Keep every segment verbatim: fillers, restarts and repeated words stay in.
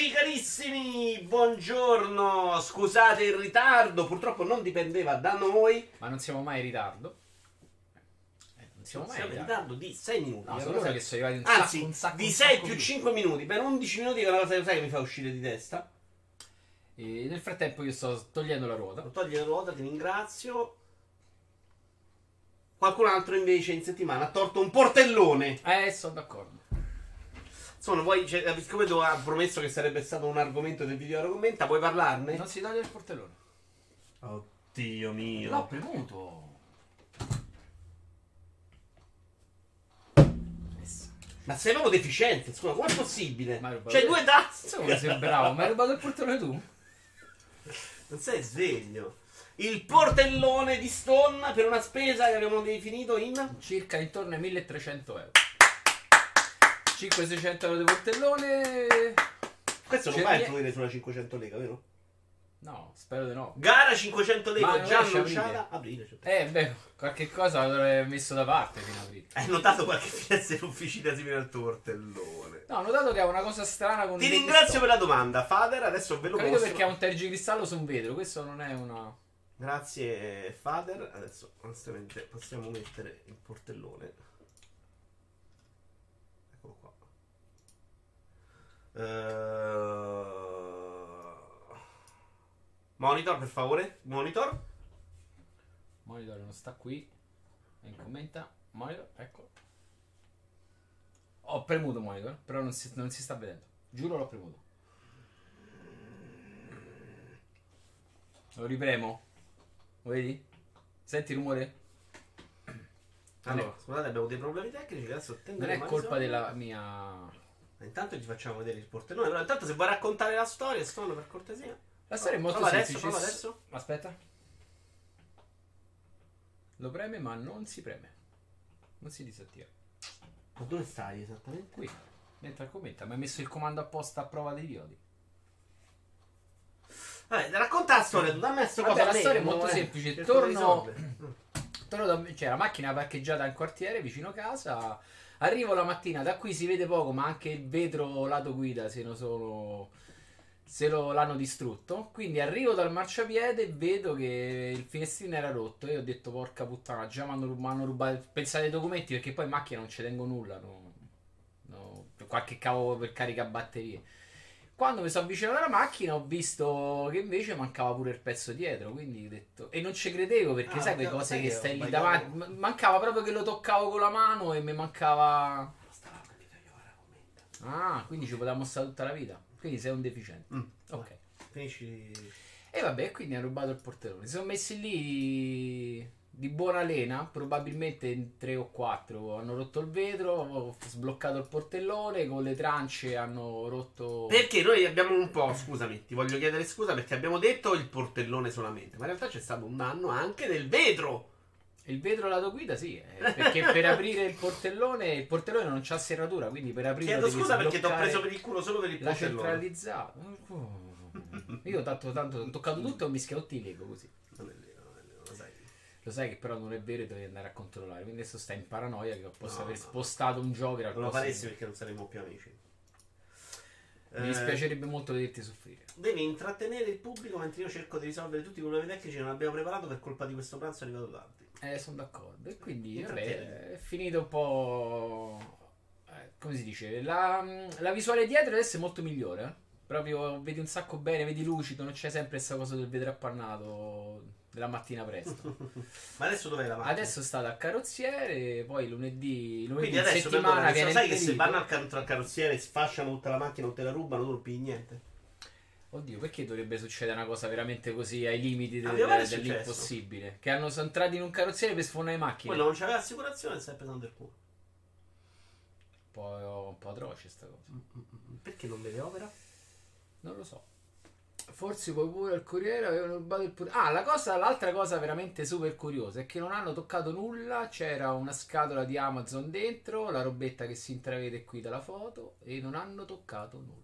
Eccoci carissimi, buongiorno, scusate il ritardo, purtroppo non dipendeva da noi. Ma non siamo mai in ritardo. Eh, non siamo mai Siamo in in ritardo. ritardo di sei minuti. No, È sono una ora cosa- che sono arrivati un Anzi, sacco, un sacco, di un sei sacco più di- cinque minuti, per undici minuti che è una cosa sai che mi fa uscire di testa. E nel frattempo io sto togliendo la ruota. Togli la ruota, ti ringrazio. Qualcun altro invece in settimana ha torto un portellone. Eh, sono d'accordo. Insomma, vuoi, cioè, siccome tu ha promesso che sarebbe stato un argomento del video commenta, puoi parlarne? Non si toglie il portellone. Oddio mio. L'ho premuto. Ma sei proprio deficiente, scusa, com'è possibile? Ma hai rubato C'hai te? due tasti. Insomma, sei bravo. Ma hai rubato il portellone tu? Non sei sveglio. Il portellone di Stone per una spesa che abbiamo definito in... Circa intorno ai milletrecento euro. cinquecento seicento euro di portellone. Questo non C'è va a nie- influire sulla cinquecento lega, vero? No, spero di no. Gara cinquecento Ma lega non già riesce a annunciata. Aprile. Cioè. Eh, beh, qualche cosa l'avrei messo da parte fino a aprile. Hai notato qualche finestra in officina simile al tuo portellone? No, ho notato che ha una cosa strana con Ti i ringrazio per la domanda, Fader. Adesso ve lo Capito mostro. perché ha un tergicristallo su un vetro. Questo non è una... Grazie, Fader. Adesso, onestamente, possiamo mettere il portellone. Eccolo qua. Uh... Monitor, per favore. Monitor. Monitor non sta qui. E in commenta. Monitor, ecco. Ho premuto monitor, però non si, non si sta vedendo. Giuro l'ho premuto. Lo ripremo. Lo vedi? Senti il rumore? Allora, scusate, abbiamo dei problemi tecnici. Adesso Non tenderemo è a colpa risolvere. della mia... Intanto ti facciamo vedere il portellone. Però intanto se vuoi raccontare la storia, Stone, per cortesia. La storia è molto Prova adesso, semplice. prova adesso. Aspetta. Lo preme ma non si preme. Non si disattiva. Ma dove stai esattamente? Qui. Mentre commenta. Mi hai messo il comando apposta a prova dei idioti. Vabbè, racconta la storia, tu dammi questo Vabbè, cosa. la lei, storia è non molto è- semplice. cerco di Torno- risolvere. Torno da... C'è la macchina parcheggiata in quartiere vicino casa. Arrivo la mattina, da qui si vede poco, ma anche il vetro lato guida se lo sono. Se lo l'hanno distrutto. Quindi arrivo dal marciapiede e vedo che il finestrino era rotto. E ho detto, porca puttana, già mi hanno, m'hanno rubato. Pensate ai documenti, perché poi in macchina non ci tengo nulla. No, no, qualche cavo per caricabatterie. Quando mi sono avvicinato alla macchina ho visto che invece mancava pure il pezzo dietro, quindi ho detto... E non ci credevo perché Ah, sai quelle sai cose che che ho stai lì sbagliato? davanti... M- Mancava proprio che lo toccavo con la mano e mi mancava... Stava partita io ora commenta. Ah, quindi ci potevamo stare tutta la vita. Quindi sei un deficiente. Mm, Ok. Finisci. E vabbè, quindi ha rubato il portellone. Si sono messi lì di buona lena, probabilmente in tre o quattro. Hanno rotto il vetro, ho sbloccato il portellone, con le trance hanno rotto... Perché noi abbiamo un po', scusami, ti voglio chiedere scusa perché abbiamo detto il portellone solamente, ma in realtà c'è stato un danno anche del vetro. Il vetro lato guida sì, eh, perché per aprire il portellone, il portellone non c'ha serratura, quindi per aprirlo Chiedo devi scusa perché ti ho sbloccare preso per il culo solo per il la portellone. centralizzata. Io tanto, tanto ho toccato tutto e ho mischiato tutti i Lego così. Non è vero, non è vero, lo sai. Lo sai che però non è vero e devi andare a controllare, quindi adesso stai in paranoia che possa No, aver no. spostato un Joker al Non lo posto faresti di- perché non saremo più amici. Mi Eh, dispiacerebbe molto vederti soffrire. Devi intrattenere il pubblico mentre io cerco di risolvere tutti i problemi tecnici che non abbiamo preparato per colpa di questo pranzo arrivato tardi. Eh, sono d'accordo. E quindi Intrattieni. vabbè, è finito un po'... eh, come si dice? La, la visuale dietro adesso è molto migliore. eh. Proprio vedi un sacco bene, vedi lucido, non c'è sempre questa cosa del vetro appannato della mattina presto. Ma adesso dov'è la macchina? Adesso sta dal carrozziere, poi lunedì, lunedì Quindi in adesso settimana perdona, viene sai che se impedito. vanno al car- al carrozziere sfasciano tutta la macchina o te la rubano, tu non pigli niente. Oddio, perché dovrebbe succedere una cosa veramente così ai limiti de- A mio pare è dell'impossibile? Che hanno, sono entrati in un carrozziere per sfondare macchine. Quello non c'aveva assicurazione e stai pesando il culo. Un po', un po' atroce sta cosa. Perché non vede opera? Non lo so. Forse poi pure al Corriere avevano rubato il pure. Ah, la cosa, l'altra cosa veramente super curiosa è che non hanno toccato nulla. C'era una scatola di Amazon dentro, la robetta che si intravede qui dalla foto, e non hanno toccato nulla.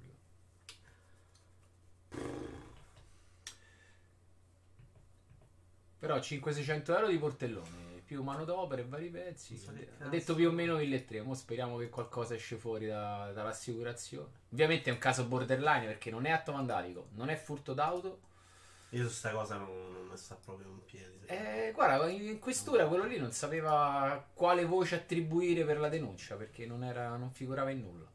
Però cinquecento seicento euro di portellone più manodopera e vari pezzi. Non so che Ha cazzo. detto più o meno mille e tre. Mo speriamo che qualcosa esce fuori da- dall'assicurazione. Ovviamente è un caso borderline perché non è atto vandalico, non è furto d'auto. Io su sta cosa non, non mi sta proprio in piedi. Eh, guarda, in questura quello lì non sapeva quale voce attribuire per la denuncia perché non, era, non figurava in nulla.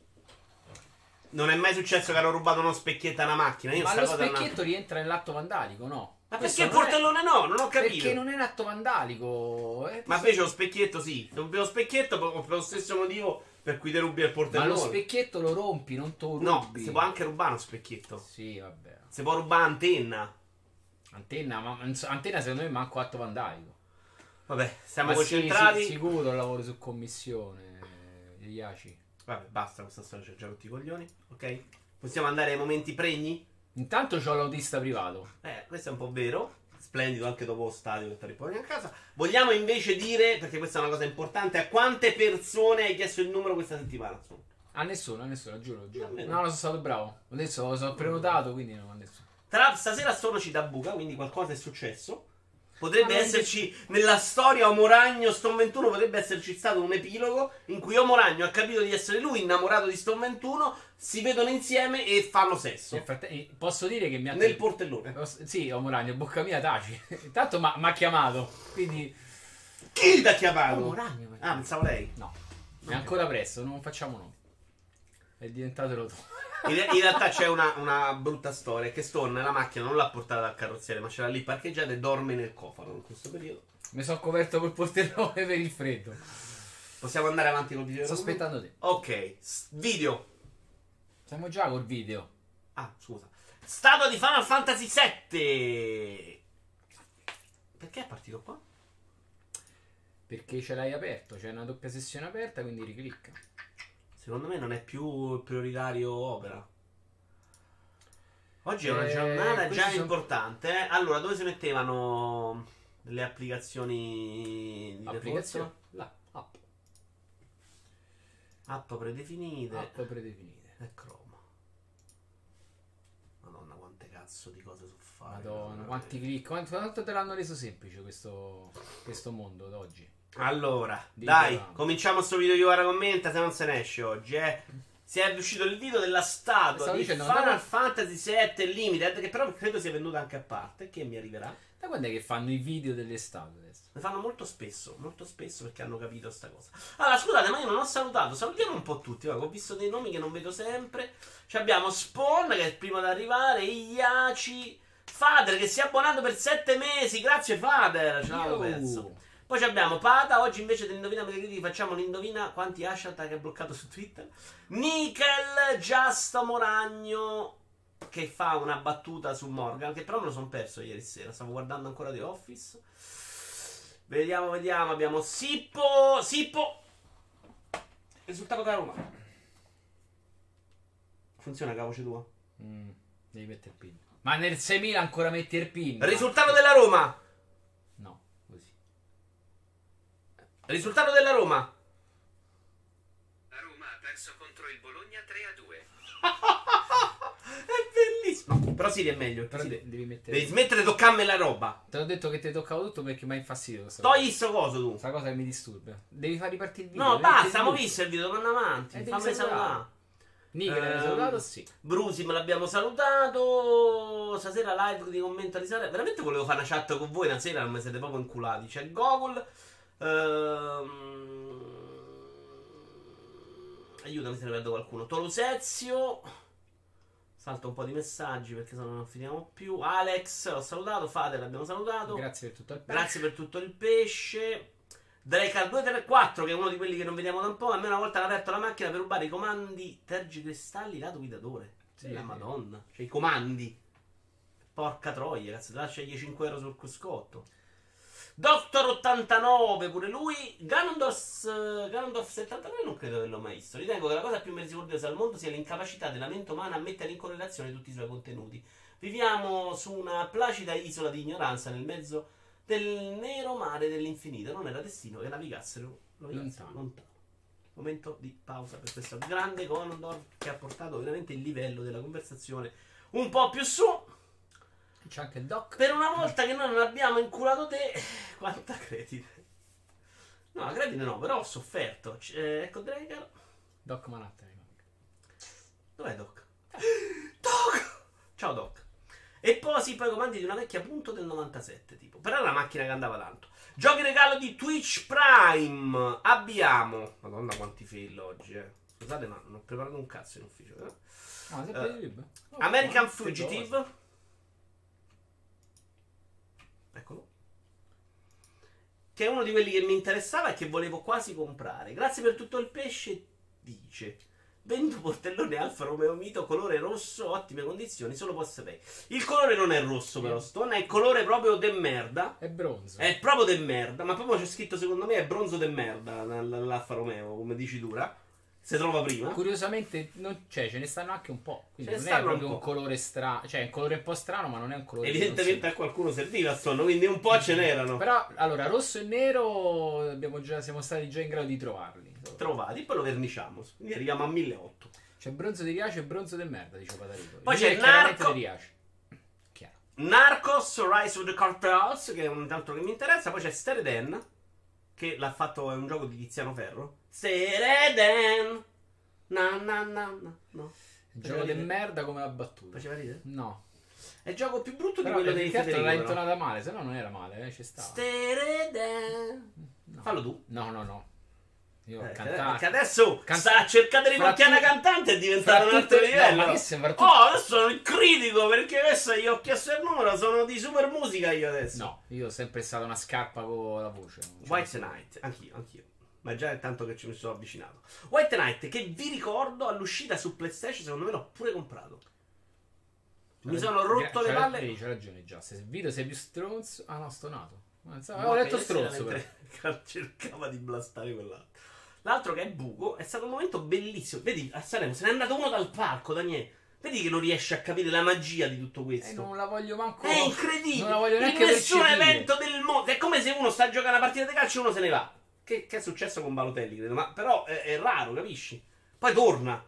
Non è mai successo che hanno rubato uno specchietto a una macchina. Io Ma sta lo cosa non- specchietto rientra nell'atto vandalico, no? Ma Questo perché il non è- portellone no? Non ho capito. Perché non è un atto vandalico. eh. Ma invece lo specchietto sì. Se rubi lo specchietto per per lo stesso motivo per cui ti rubi il Ma portellone. lo specchietto lo rompi, non te lo rubi. No, si può anche rubare uno specchietto. Sì, vabbè. Si può rubare antenna. Antenna, ma antenna secondo me manco atto vandalico. Vabbè, siamo Ma concentrati. Sì, sì, sicuro lavoro su commissione. Gli I A C I. Vabbè, basta questa storia, c'è già tutti i coglioni. Ok? Possiamo andare ai momenti pregni? Intanto c'ho l'autista privato. Eh, questo è un po' vero. Splendido anche dopo lo stadio che ti riporti a casa. Vogliamo invece dire, perché questa è una cosa importante, a quante persone hai chiesto il numero questa settimana? Su. A nessuno, a nessuno, giuro, giuro. Nemmeno. No, no, sono stato bravo. Adesso sono prenotato, quindi no, a nessuno. Tra stasera stonoci da buca, quindi qualcosa è successo. Potrebbe Ma non esserci nella storia Omo Ragno, Stone ventuno, potrebbe esserci stato un epilogo in cui Omo Ragno ha capito di essere lui innamorato di Stone ventuno, si vedono insieme e fanno sesso. Nel fratte- posso dire che mi ha Nel portellone. Sì, Omo Ragno, bocca mia, taci. Intanto mi ha chiamato, quindi... Chi ti ha chiamato? Omo Ragno. Ah, pensavo lei. No, è ancora presto, non facciamo nomi. È diventato rotolo. In, in realtà c'è una, una brutta storia, che Stone nella macchina non l'ha portata al carrozziere, ma ce l'ha lì parcheggiata e dorme nel cofano in questo periodo. Mi sono coperto col portellone per il freddo. Possiamo andare avanti col video? Sto aspettando te. Ok, s- video. Siamo già col video. Ah, scusa. Statua di Final Fantasy sette. Perché è partito qua? Perché ce l'hai aperto, c'è una doppia sessione aperta, quindi riclicca. Secondo me non è più il prioritario opera. Oggi è una Eh, giornata questi già sono- importante. eh. Allora, dove si mettevano le applicazioni di Applicazione? default? Là, app. App predefinite. App predefinite. E Chrome. Madonna, quante cazzo di cose so fare. Madonna, quanti click. Quanto, quanto te l'hanno reso semplice questo, questo mondo d'oggi? Allora, Dico, dai, va. cominciamo sto video che ora commenta, se non se ne esce oggi, eh. Si è uscito il video della statua Stavo di dicendo, Final ma- Fantasy sette Limited, che però credo sia venduta anche a parte, che mi arriverà. Da quando è che fanno i video delle statue adesso? Ne fanno molto spesso, molto spesso perché hanno capito sta cosa. Allora, scusate, ma io non ho salutato. Salutiamo un po' tutti. Guarda, ho visto dei nomi che non vedo sempre. Ci abbiamo Spawn, che è il primo ad arrivare. Iaci. Fader, che si è abbonato per sette mesi. Grazie, Fader. Ce l'avevo Yo. perso. Poi ci abbiamo Pata. Oggi invece dell'indovina per i critici facciamo l'indovina quanti hashtag ha bloccato su Twitter. Nickel, Giasto Moragno, che fa una battuta su Morgan, che però me lo sono perso ieri sera. Stavo guardando ancora The Office. Vediamo, vediamo. Abbiamo Sippo. Sippo. Risultato da Roma. Funziona la voce tua? Mm, devi mettere il pin. Ma nel seimila ancora metti il pin? Risultato della Roma. No, così. Risultato della Roma. La Roma ha perso contro il Bologna tre a due. È bellissimo. No, però Siri è meglio. Però Siri- de- devi mettere... Devi smettere di toccarmi la roba. Te l'ho detto che ti toccavo tutto perché mi ha infastidito questa Togli cosa. sto coso tu. Questa cosa che mi disturba. Devi far ripartire il video. No, devi mettere basta, abbiamo tutto. visto il video, torna avanti. Eh, devi Fammi salutare. salutare. Nickel l'hai Ehm, salutato? Sì. Brusi me l'abbiamo salutato. Stasera live di commento di Sara. Veramente volevo fare una chat con voi. Una sera non mi siete proprio inculati. C'è Gogol. Ehm... Aiutami se ne perdo qualcuno. Tolusezio. Salto un po' di messaggi perché sennò non finiamo più. Alex, l'ho salutato. Fate, l'abbiamo salutato. Grazie per tutto il pesce. Grazie per tutto il pesce. Dracar due tre quattro, che è uno di quelli che non vediamo da un po'. Almeno una volta hanno aperto la macchina per rubare i comandi tergicristalli lato guidatore. Sì, la sì. Madonna. Cioè i comandi. Porca troia, cazzo, te lascia cinque euro sul cruscotto. Doctor ottantanove, pure lui. Ganondorf, eh, Ganondorf settantanove non credo che l'ho mai visto. Ritengo che la cosa più misericordiosa al mondo sia l'incapacità della mente umana a mettere in correlazione tutti i suoi contenuti. Viviamo su una placida isola di ignoranza nel mezzo del nero mare dell'infinito. Non era destino che navigassero Lontano. lontano. Momento di pausa per questo grande Ganondorf che ha portato veramente il livello della conversazione un po' più su. C'è anche il doc. Per una volta che noi non abbiamo inculato te, quanta credite. No, la Gradine no, però ho sofferto. C- eh, ecco Draker. Doc Manhattan. Dov'è Doc? Doc! Ciao Doc. E poi si poi comandi di una vecchia punto del novantasette, tipo. Però era una macchina che andava tanto. Giochi regalo di Twitch Prime. Abbiamo. Madonna quanti fail oggi, eh. Scusate, ma non ho preparato un cazzo in ufficio. Eh? No, sempre Uh, di libro. Oh, American ma- Fugitive. Eccolo. Che è uno di quelli che mi interessava e che volevo quasi comprare. Grazie per tutto il pesce, dice. Vendo portellone Alfa Romeo Mito, colore rosso, ottime condizioni, solo posso pay. Il colore non è rosso però, Stone, è il colore proprio de merda. È bronzo. È proprio de merda, ma proprio c'è scritto secondo me è bronzo de merda l'Alfa Romeo, come dici dura. Si trova prima. Curiosamente, non, cioè, ce ne stanno anche un po'. Quindi Ce ne non è stanno proprio un un, po'. colore strano. Cioè, è un colore un po' strano, ma non è un colore. che Evidentemente non a qualcuno serviva Stone, quindi un po' ce si- n'erano. Però, allora, rosso e nero abbiamo già, siamo stati già in grado di trovarli. Trovati, poi lo verniciamo. Quindi arriviamo a milleottocento. C'è bronzo di Riace e bronzo del merda, dice Patarico. Poi Il c'è mio è chiaramente Narco- di Riace. Chiaro. Narcos Rise of the Cartels, che è un altro che mi interessa. Poi c'è Stereden, che l'ha fatto, è un gioco di Tiziano Ferro. Stereden. Na na na na. No. Il gioco del merda come l'ha battuto. Faceva ridere? No. È il gioco più brutto Però di quello dei più che altro l'ha Federico. però. intonata male, se no non era male, eh, ci stava. Stereden. No. Fallo tu. No, no, no. Io ho Eh, cantato. perché adesso Can- sta cercando di fra ricocchiare una tutte- cantante e diventare un fra altro tutte- no, livello. ma che sembra tutto- Oh, adesso sono il critico perché adesso io ho chiesto il numero, sono di super musica io adesso. No, io ho sempre stata una scarpa con la voce. non ce White ne so. Knight, anch'io, anch'io. Ma già è tanto che ci mi sono avvicinato. White Knight, che vi ricordo all'uscita su PlayStation, secondo me l'ho pure comprato. Mi C'ha- sono rotto c'ha- le palle. vedi, c'ha ragione già. Se Vito sei più stronzo. Ah no, stonato. Ma Avevo detto pensa stronzo però. mentre cercava di blastare quell'altro. L'altro che è buco, è stato un momento bellissimo. Vedi, a Sanremo se n'è andato uno dal palco, Daniele. Vedi che non riesce a capire la magia di tutto E questo. non la voglio manco. È incredibile. Non la voglio In neanche nessun percepire. evento del mondo. È come se uno sta a giocare una partita di calcio e uno se ne va. Che, che è successo con Balotelli, credo. Ma però è, è raro, capisci? Poi torna.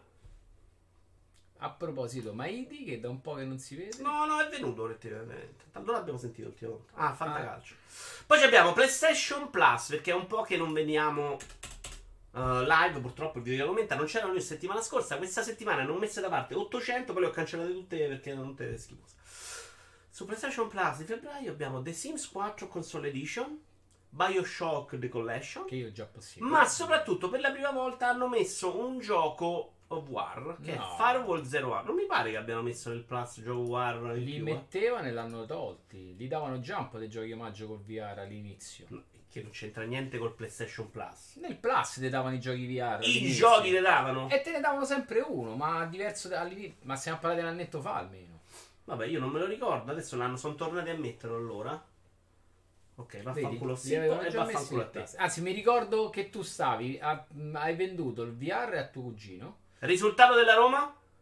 A proposito, Maidi che da un po' che non si vede. No, no, è venuto letteralmente. Tanto l'abbiamo sentito l'ultima volta. Ah, fantacalcio. Poi ci abbiamo PlayStation Plus, perché è un po' che non veniamo uh, live. Purtroppo il video che commenta non c'era noi settimana scorsa. Questa settimana ne ho messe da parte ottocento, poi le ho cancellate tutte perché erano tutte schifose. Su PlayStation Plus di febbraio abbiamo The Sims quattro Console Edition, BioShock The Collection, Che io già possibile. ma soprattutto per la prima volta hanno messo un gioco War che No. è Firewall Zero One. Non mi pare che abbiano messo nel Plus gioco War in Li più, eh. mettevano e l'hanno tolti. Li davano già un po' dei giochi omaggio col V R all'inizio. No, che non c'entra niente col PlayStation Plus. Nel Plus ti davano i giochi V R. I all'inizio. giochi le davano. E te ne davano sempre uno, ma diverso da- all'inizio. Ma stiamo parlando di un annetto fa almeno. Vabbè, io non me lo ricordo. Adesso l'hanno, sono tornati a metterlo allora. Ok, Vedi? vaffanculo Li sito avevano e già messi vaffanculo a nel te. Plus. Anzi, mi ricordo che tu stavi. a- hai venduto il V R a tuo cugino. Risultato della Roma?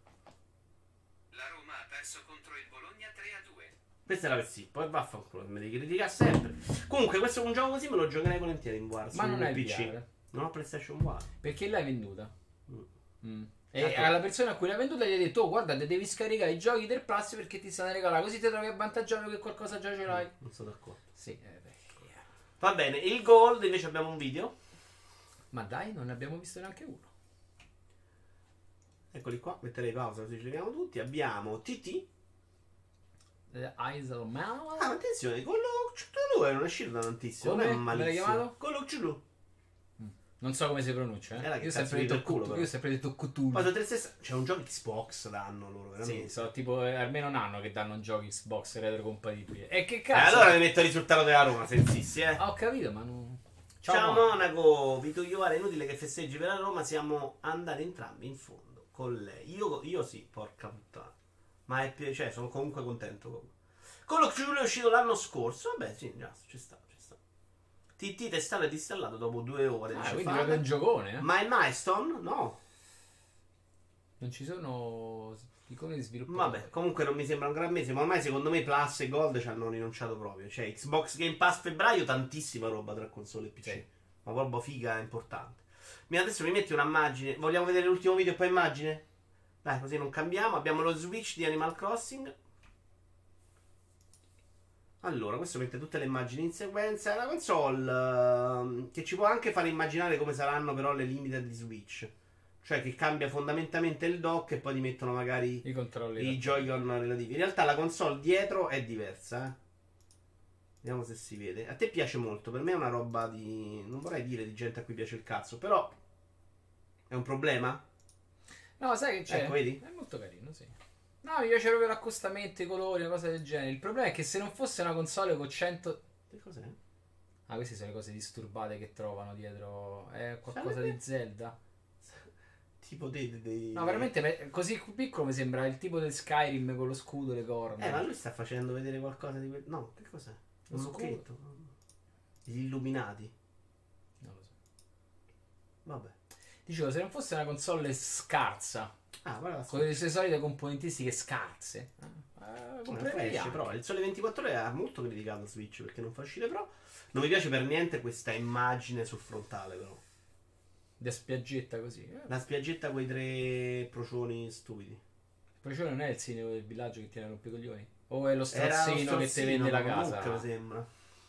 La Roma ha perso contro il Bologna tre a due. Questa era per sì, poi vaffanculo, mi devi criticare sempre. Comunque, questo è un gioco così, me lo giocherei volentieri in War. Ma su non hai il P C. V R. Non ho PlayStation War. Perché l'hai venduta? Mm. Mm. E Certo. alla persona a cui l'hai venduta gli hai detto: oh, guarda, te devi scaricare i giochi del Plus perché ti stanno regalando. Così ti trovi avvantaggiato che qualcosa già ce l'hai. Non sono d'accordo. Sì, eh, beh, chiaro. Va bene, il Gold invece abbiamo un video. Ma dai, non ne abbiamo visto neanche uno. Eccoli qua, metterei pausa così ci vediamo tutti. Abbiamo T T. Eh, Isle Mala. Ah, ma attenzione, con lo Cthulhu non è uscito da tantissimo. Come? Non è Come l'hai malissimo. chiamato? Con lo Cthulhu. Non so come si pronuncia. Eh. Era che Io ho cazzo sempre di detto per culo, Cthulhu. però. Io ho sempre detto Cthulhu. Ma sono trecentosessanta. C'è un gioco Xbox danno loro, veramente. Sì, so tipo eh, almeno un anno che danno giochi Xbox retrocompatibili. E che Eh, cazzo? allora mi metto il risultato della Roma, se insisti, eh. Ah, ho capito, ma non. Ciao, Monaco. Monaco, Vito Iovara, è inutile che festeggi per la Roma, siamo andati entrambi in fondo con lei. Io, io sì, porca puttana. Ma è pi- cioè, sono comunque contento. Comunque. Con lo Cthulhu è uscito l'anno scorso, vabbè, sì, già, ci sta, ci sta. T T testato e distallato dopo due ore. Ah, dice quindi Fabio. proprio un giocone, eh? Ma il milestone? No. Non ci sono icone di sviluppo. Vabbè, comunque non mi sembra un gran mese, ma ormai secondo me Plus e Gold ci hanno rinunciato proprio. Cioè, Xbox Game Pass febbraio, tantissima roba tra console e P C. Sì. Ma proprio figa, importante. Mi adesso mi metti un'immagine. Vogliamo vedere l'ultimo video e poi immagine? Dai, così non cambiamo. Abbiamo lo Switch di Animal Crossing. Allora, questo mette tutte le immagini in sequenza. È una console ehm, che ci può anche fare immaginare come saranno però le limited di Switch. Cioè che cambia fondamentalmente il dock e poi ti mettono magari I controlli. i Joy-Con relativi. In realtà la console dietro è diversa, eh. Vediamo se si vede. A te piace molto, per me è una roba di... non vorrei dire di gente a cui piace il cazzo, però è un problema? No, sai che c'è? Ecco, vedi? È molto carino, sì. No, mi piace proprio l'accostamento, i colori, una cosa del genere. Il problema è che se non fosse una console con cento... Che cos'è? Ah, queste sono le cose disturbate che trovano dietro. È qualcosa Sarebbe- di Zelda. Tipo dei... dei... No, veramente me- così piccolo mi sembra il tipo del Skyrim con lo scudo, le corna. Eh, ma lui sta facendo vedere qualcosa di... que- no, che cos'è? Lo Un scudo. occhetto. Gli illuminati. Non lo so. Vabbè. Dicevo, se non fosse una console scarsa, Ah, guarda, con le sue solite componentistiche scarse, eh, comprerei Flash anche. Pro. Il Sole ventiquattro Ore ha molto criticato Switch perché non fa uscire Pro. Non mi piace per niente questa immagine sul frontale, però. Da spiaggetta così. Eh. La spiaggetta con i tre procioni stupidi. Poi c'è non è il sindaco del villaggio che tiene a rompere i coglioni? O è lo Era lo strazzino che ti strozzino, vende la comunque, casa? mi sembra.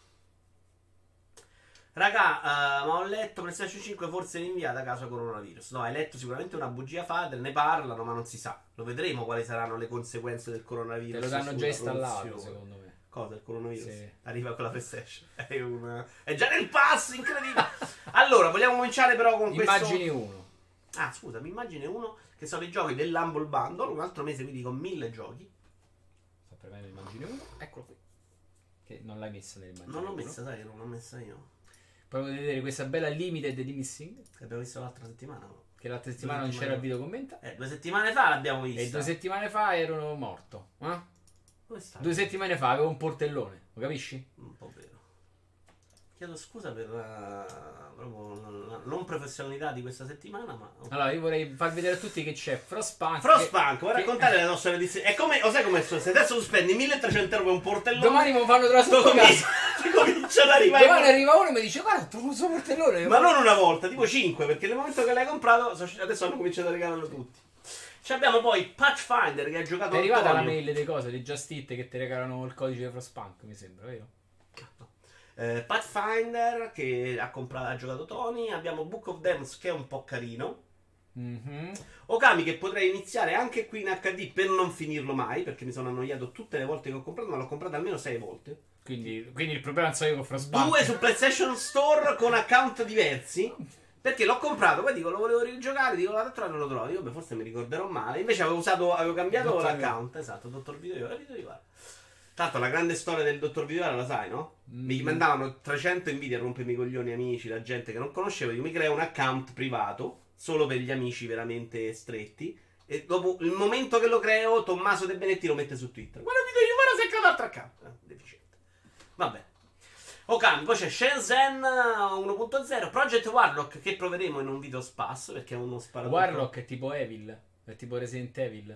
Raga, eh, ma ho letto PlayStation cinque forse rinviata a causa coronavirus. No, hai letto sicuramente una bugia father, ne parlano, ma non si sa. Lo vedremo quali saranno le conseguenze del coronavirus. Te lo danno già sulla installato, produzione. secondo me. Cosa, il coronavirus? Sì. Arriva con la PlayStation. È, una... è già nel pass, incredibile. Allora, vogliamo cominciare però con questo... Immagini uno. Ah, scusami, immagine uno che sono i giochi dell'Humble Bundle. Un altro mese quindi con mille giochi. Sta premendo immagini uno. Eccolo qui. Che non l'hai messa nell'immagine Non l'ho uno. messa, sai che non l'ho messa io. Poi potete vedere questa bella limited di Missing. Che abbiamo visto l'altra settimana. No? Che l'altra settimana Due non c'era il settimane video commenta. Eh, due settimane fa l'abbiamo vista. E due settimane fa ero morto. Eh? Dove sta? Due settimane fa avevo un portellone. Lo capisci? Un po' vero. Chiedo scusa per la, proprio la non professionalità di questa settimana, ma... Allora, io vorrei far vedere a tutti che c'è Frostpunk. Frostpunk, vuoi che- raccontare la nostra edizione? È come, lo sai come se adesso tu spendi milletrecento euro per un portellone, Domani mi fanno trovare sto sotto casa. comincia, ti comincia ad arrivare... Domani arriva uno e mi dice guarda, trovo un suo portellone. Ma non una volta, tipo cinque, perché nel momento che l'hai comprato, so- adesso hanno cominciato a regalarlo tutti. Ci abbiamo poi Patchfinder che ha giocato È arrivata la Antonio. mail delle cose di Just Eat che ti regalano il codice Frostpunk, mi sembra, vero? Eh, Pathfinder che ha, comprato, ha giocato Tony. Abbiamo Book of Demons che è un po' carino. Mhm. Okami che potrei iniziare anche qui in acca di per non finirlo mai, perché mi sono annoiato tutte le volte che ho comprato, ma l'ho comprato almeno sei volte. Quindi, quindi il problema non so io con Frostpunk. Due su PlayStation Store con account diversi. Perché l'ho comprato, poi dico lo volevo rigiocare, dico vado a trovare, non lo trovo. Io beh, forse mi ricorderò male. Invece avevo usato, avevo cambiato Dottor l'account. Esatto, Dottor Video, la Video Ivara. Tanto la grande storia del Dottor Video Ivara la sai, no? Mm. Mi mandavano trecento inviti a rompermi i coglioni amici, la gente che non conoscevo. Io mi creo un account privato solo per gli amici veramente stretti. E dopo il momento che lo creo, Tommaso De Benetti lo mette su Twitter. Guarda Video Ivara si è creato altro account. Eh, deficiente. Vabbè. Okami, poi c'è Shenzhen uno punto zero, Project Warlock che proveremo in un video spas perché è uno sparatutto. Warlock è tipo Evil, è tipo Resident Evil.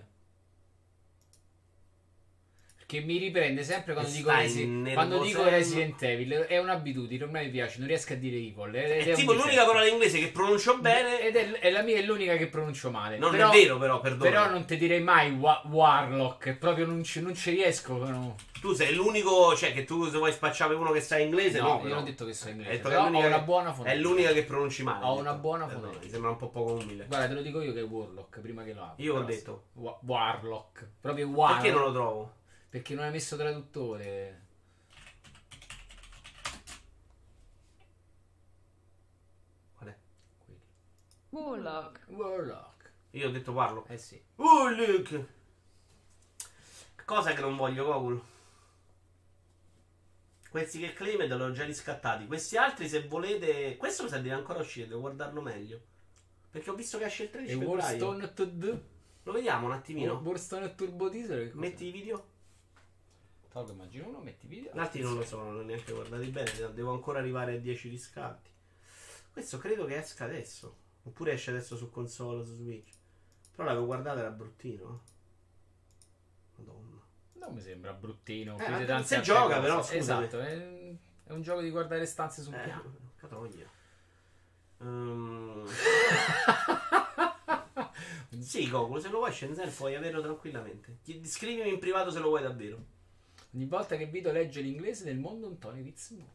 Che mi riprende sempre quando, E dico, stai Resi- quando dico nervosendo. Resident Evil. È un'abitudine, ormai mi piace, non riesco a dire Evil. Ed È è un tipo l'unica difetto. parola in inglese che pronuncio bene. Ed è, è la mia è l'unica che pronuncio male. Non però, è vero, però, perdona. Però non ti direi mai wa- Warlock. Proprio non ci, non ci riesco. No, Tu sei l'unico, cioè che tu se vuoi spacciare uno che sa inglese, no. no io però. non ho detto che so Hai inglese. detto che Però è ho l'unica una che- buona fonetica. È l'unica che pronunci male. Ho hai una detto. buona Perdona, fonetica. Mi sembra un po' poco umile. Guarda, te lo dico io che è Warlock prima che lo apri. Io ho Però detto. Wa- Warlock. Proprio Warlock. Perché non lo trovo? Perché non hai messo traduttore. Qual è? Quello. Warlock. Warlock. Io ho detto Warlock. Eh sì. Warlock. Cosa che non voglio, Gogol? Questi che claimed l'ho già riscattati. Questi altri, se volete. Questo mi sa deve ancora uscire, devo guardarlo meglio. Perché ho visto che esce il E tredici febbraio. Warston T D. Lo vediamo un attimino. Warston Turbo Diesel. che cos'è? Metti i video. Tolgo immagino uno, metti video. Gli altri non lo so, non ho neanche guardati bene. Devo ancora arrivare a dieci riscatti. Questo credo che esca adesso. Oppure esce adesso su console, su Switch. Però l'avevo guardato, era bruttino. Madonna. Non mi sembra bruttino. Eh, qui ma di tante se altre gioca, cose. però, scusami. Esatto, è, è un gioco di guardare stanze su un Eh, piano. catoglia. Ehm. Sì, Goku, se lo vuoi Shenzhen puoi averlo tranquillamente. Chi- Scrivimi in privato se lo vuoi davvero. Ogni volta che Vito legge l'inglese nel mondo un Tony Viz muore.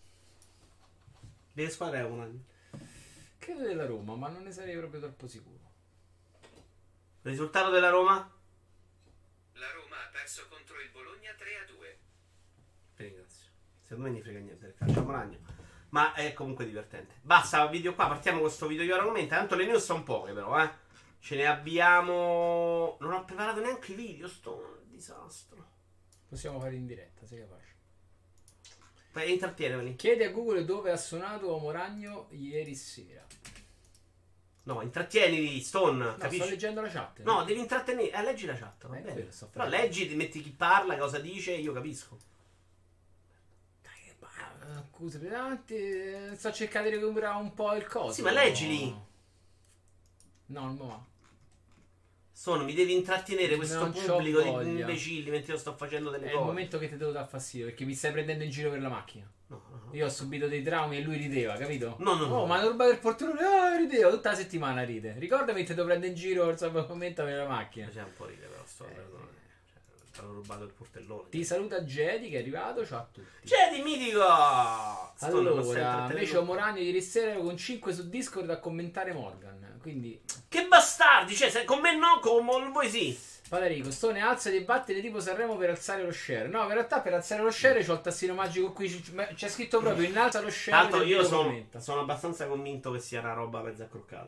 Di che squadra è un Credo della Roma, ma non ne sarei proprio troppo sicuro. risultato della Roma? La Roma ha perso contro il Bologna tre a due. Vi ringrazio. Secondo me non frega niente del calcio a Moragno. Ma è comunque divertente. Basta, video qua, partiamo con questo video di argomento. Tanto le news sono poche però, eh. Ce ne abbiamo... Non ho preparato neanche i video, sto un disastro. Possiamo fare in diretta, sei capace. Vai, intrattienimi. Chiede a Google dove ha suonato Moragno ieri sera. No, intrattienili, Stone, No, capisci? sto leggendo la chat. No, devi intrattenere. Eh, leggi la chat, va Eh, bene. quello sto Però facendo. leggi, ti metti chi parla, cosa dice, io capisco. Accuse pesanti. eh, Sto cercando di recuperare un po' il coso. Sì, ma leggili. No, non mi va. Sono, mi devi intrattenere questo Non c'ho pubblico di voglia. imbecilli mentre io sto facendo delle È cose. il momento che ti devo dar fastidio perché mi stai prendendo in giro per la macchina. No, no, no. Io ho subito dei traumi e lui rideva, capito? No, no, no. Oh, ma hanno rubato il portone. Ah, rideva tutta la settimana, ride. Ricordami che ti devo prendere in giro il sabato momento per la macchina. C'è un po' ride però, sto, Eh, perdone. Cioè, hanno rubato il portellone. Ti saluta Jedi che è arrivato, ciao a tutti. Jedi mitico! Stone, non stai Allora, intrattenendo. invece ho Moragno ieri sera ero con cinque su Discord a commentare Morgan. Quindi, Che bastardi! Cioè, se con me no, con voi sì. Federico, Stone alza e battete tipo Sanremo per alzare lo share. No, in realtà per alzare lo share c'ho il tassino magico qui. c- C'è scritto proprio innalza lo share. Tanto del io video sono, commenta. sono abbastanza convinto che sia una roba mezza croccata.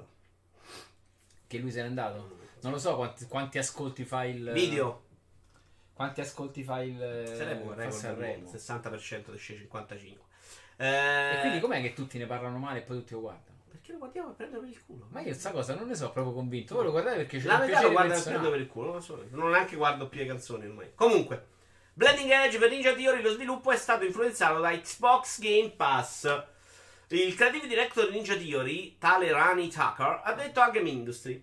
Che lui se n'è andato. Non lo so quanti, quanti ascolti fa il. Video. Quanti ascolti fa il. Sarebbe un fa record del Sanremo. mondo, sessanta per cento dei cinquantacinque. Eh, E quindi com'è che tutti ne parlano male e poi tutti lo guardano? Perché lo guardiamo per prendere per il culo? Ma io questa cosa non ne so proprio convinto. Voi lo guardate perché c'è La un metà piacere lo guarda per personale. prendere per il culo, non so. Non neanche guardo più le canzoni ormai. Comunque, Blending Edge per Ninja Theory lo sviluppo è stato influenzato da Xbox Game Pass. Il creative director di Ninja Theory, tale Rani Tucker, ha detto a Game Industry: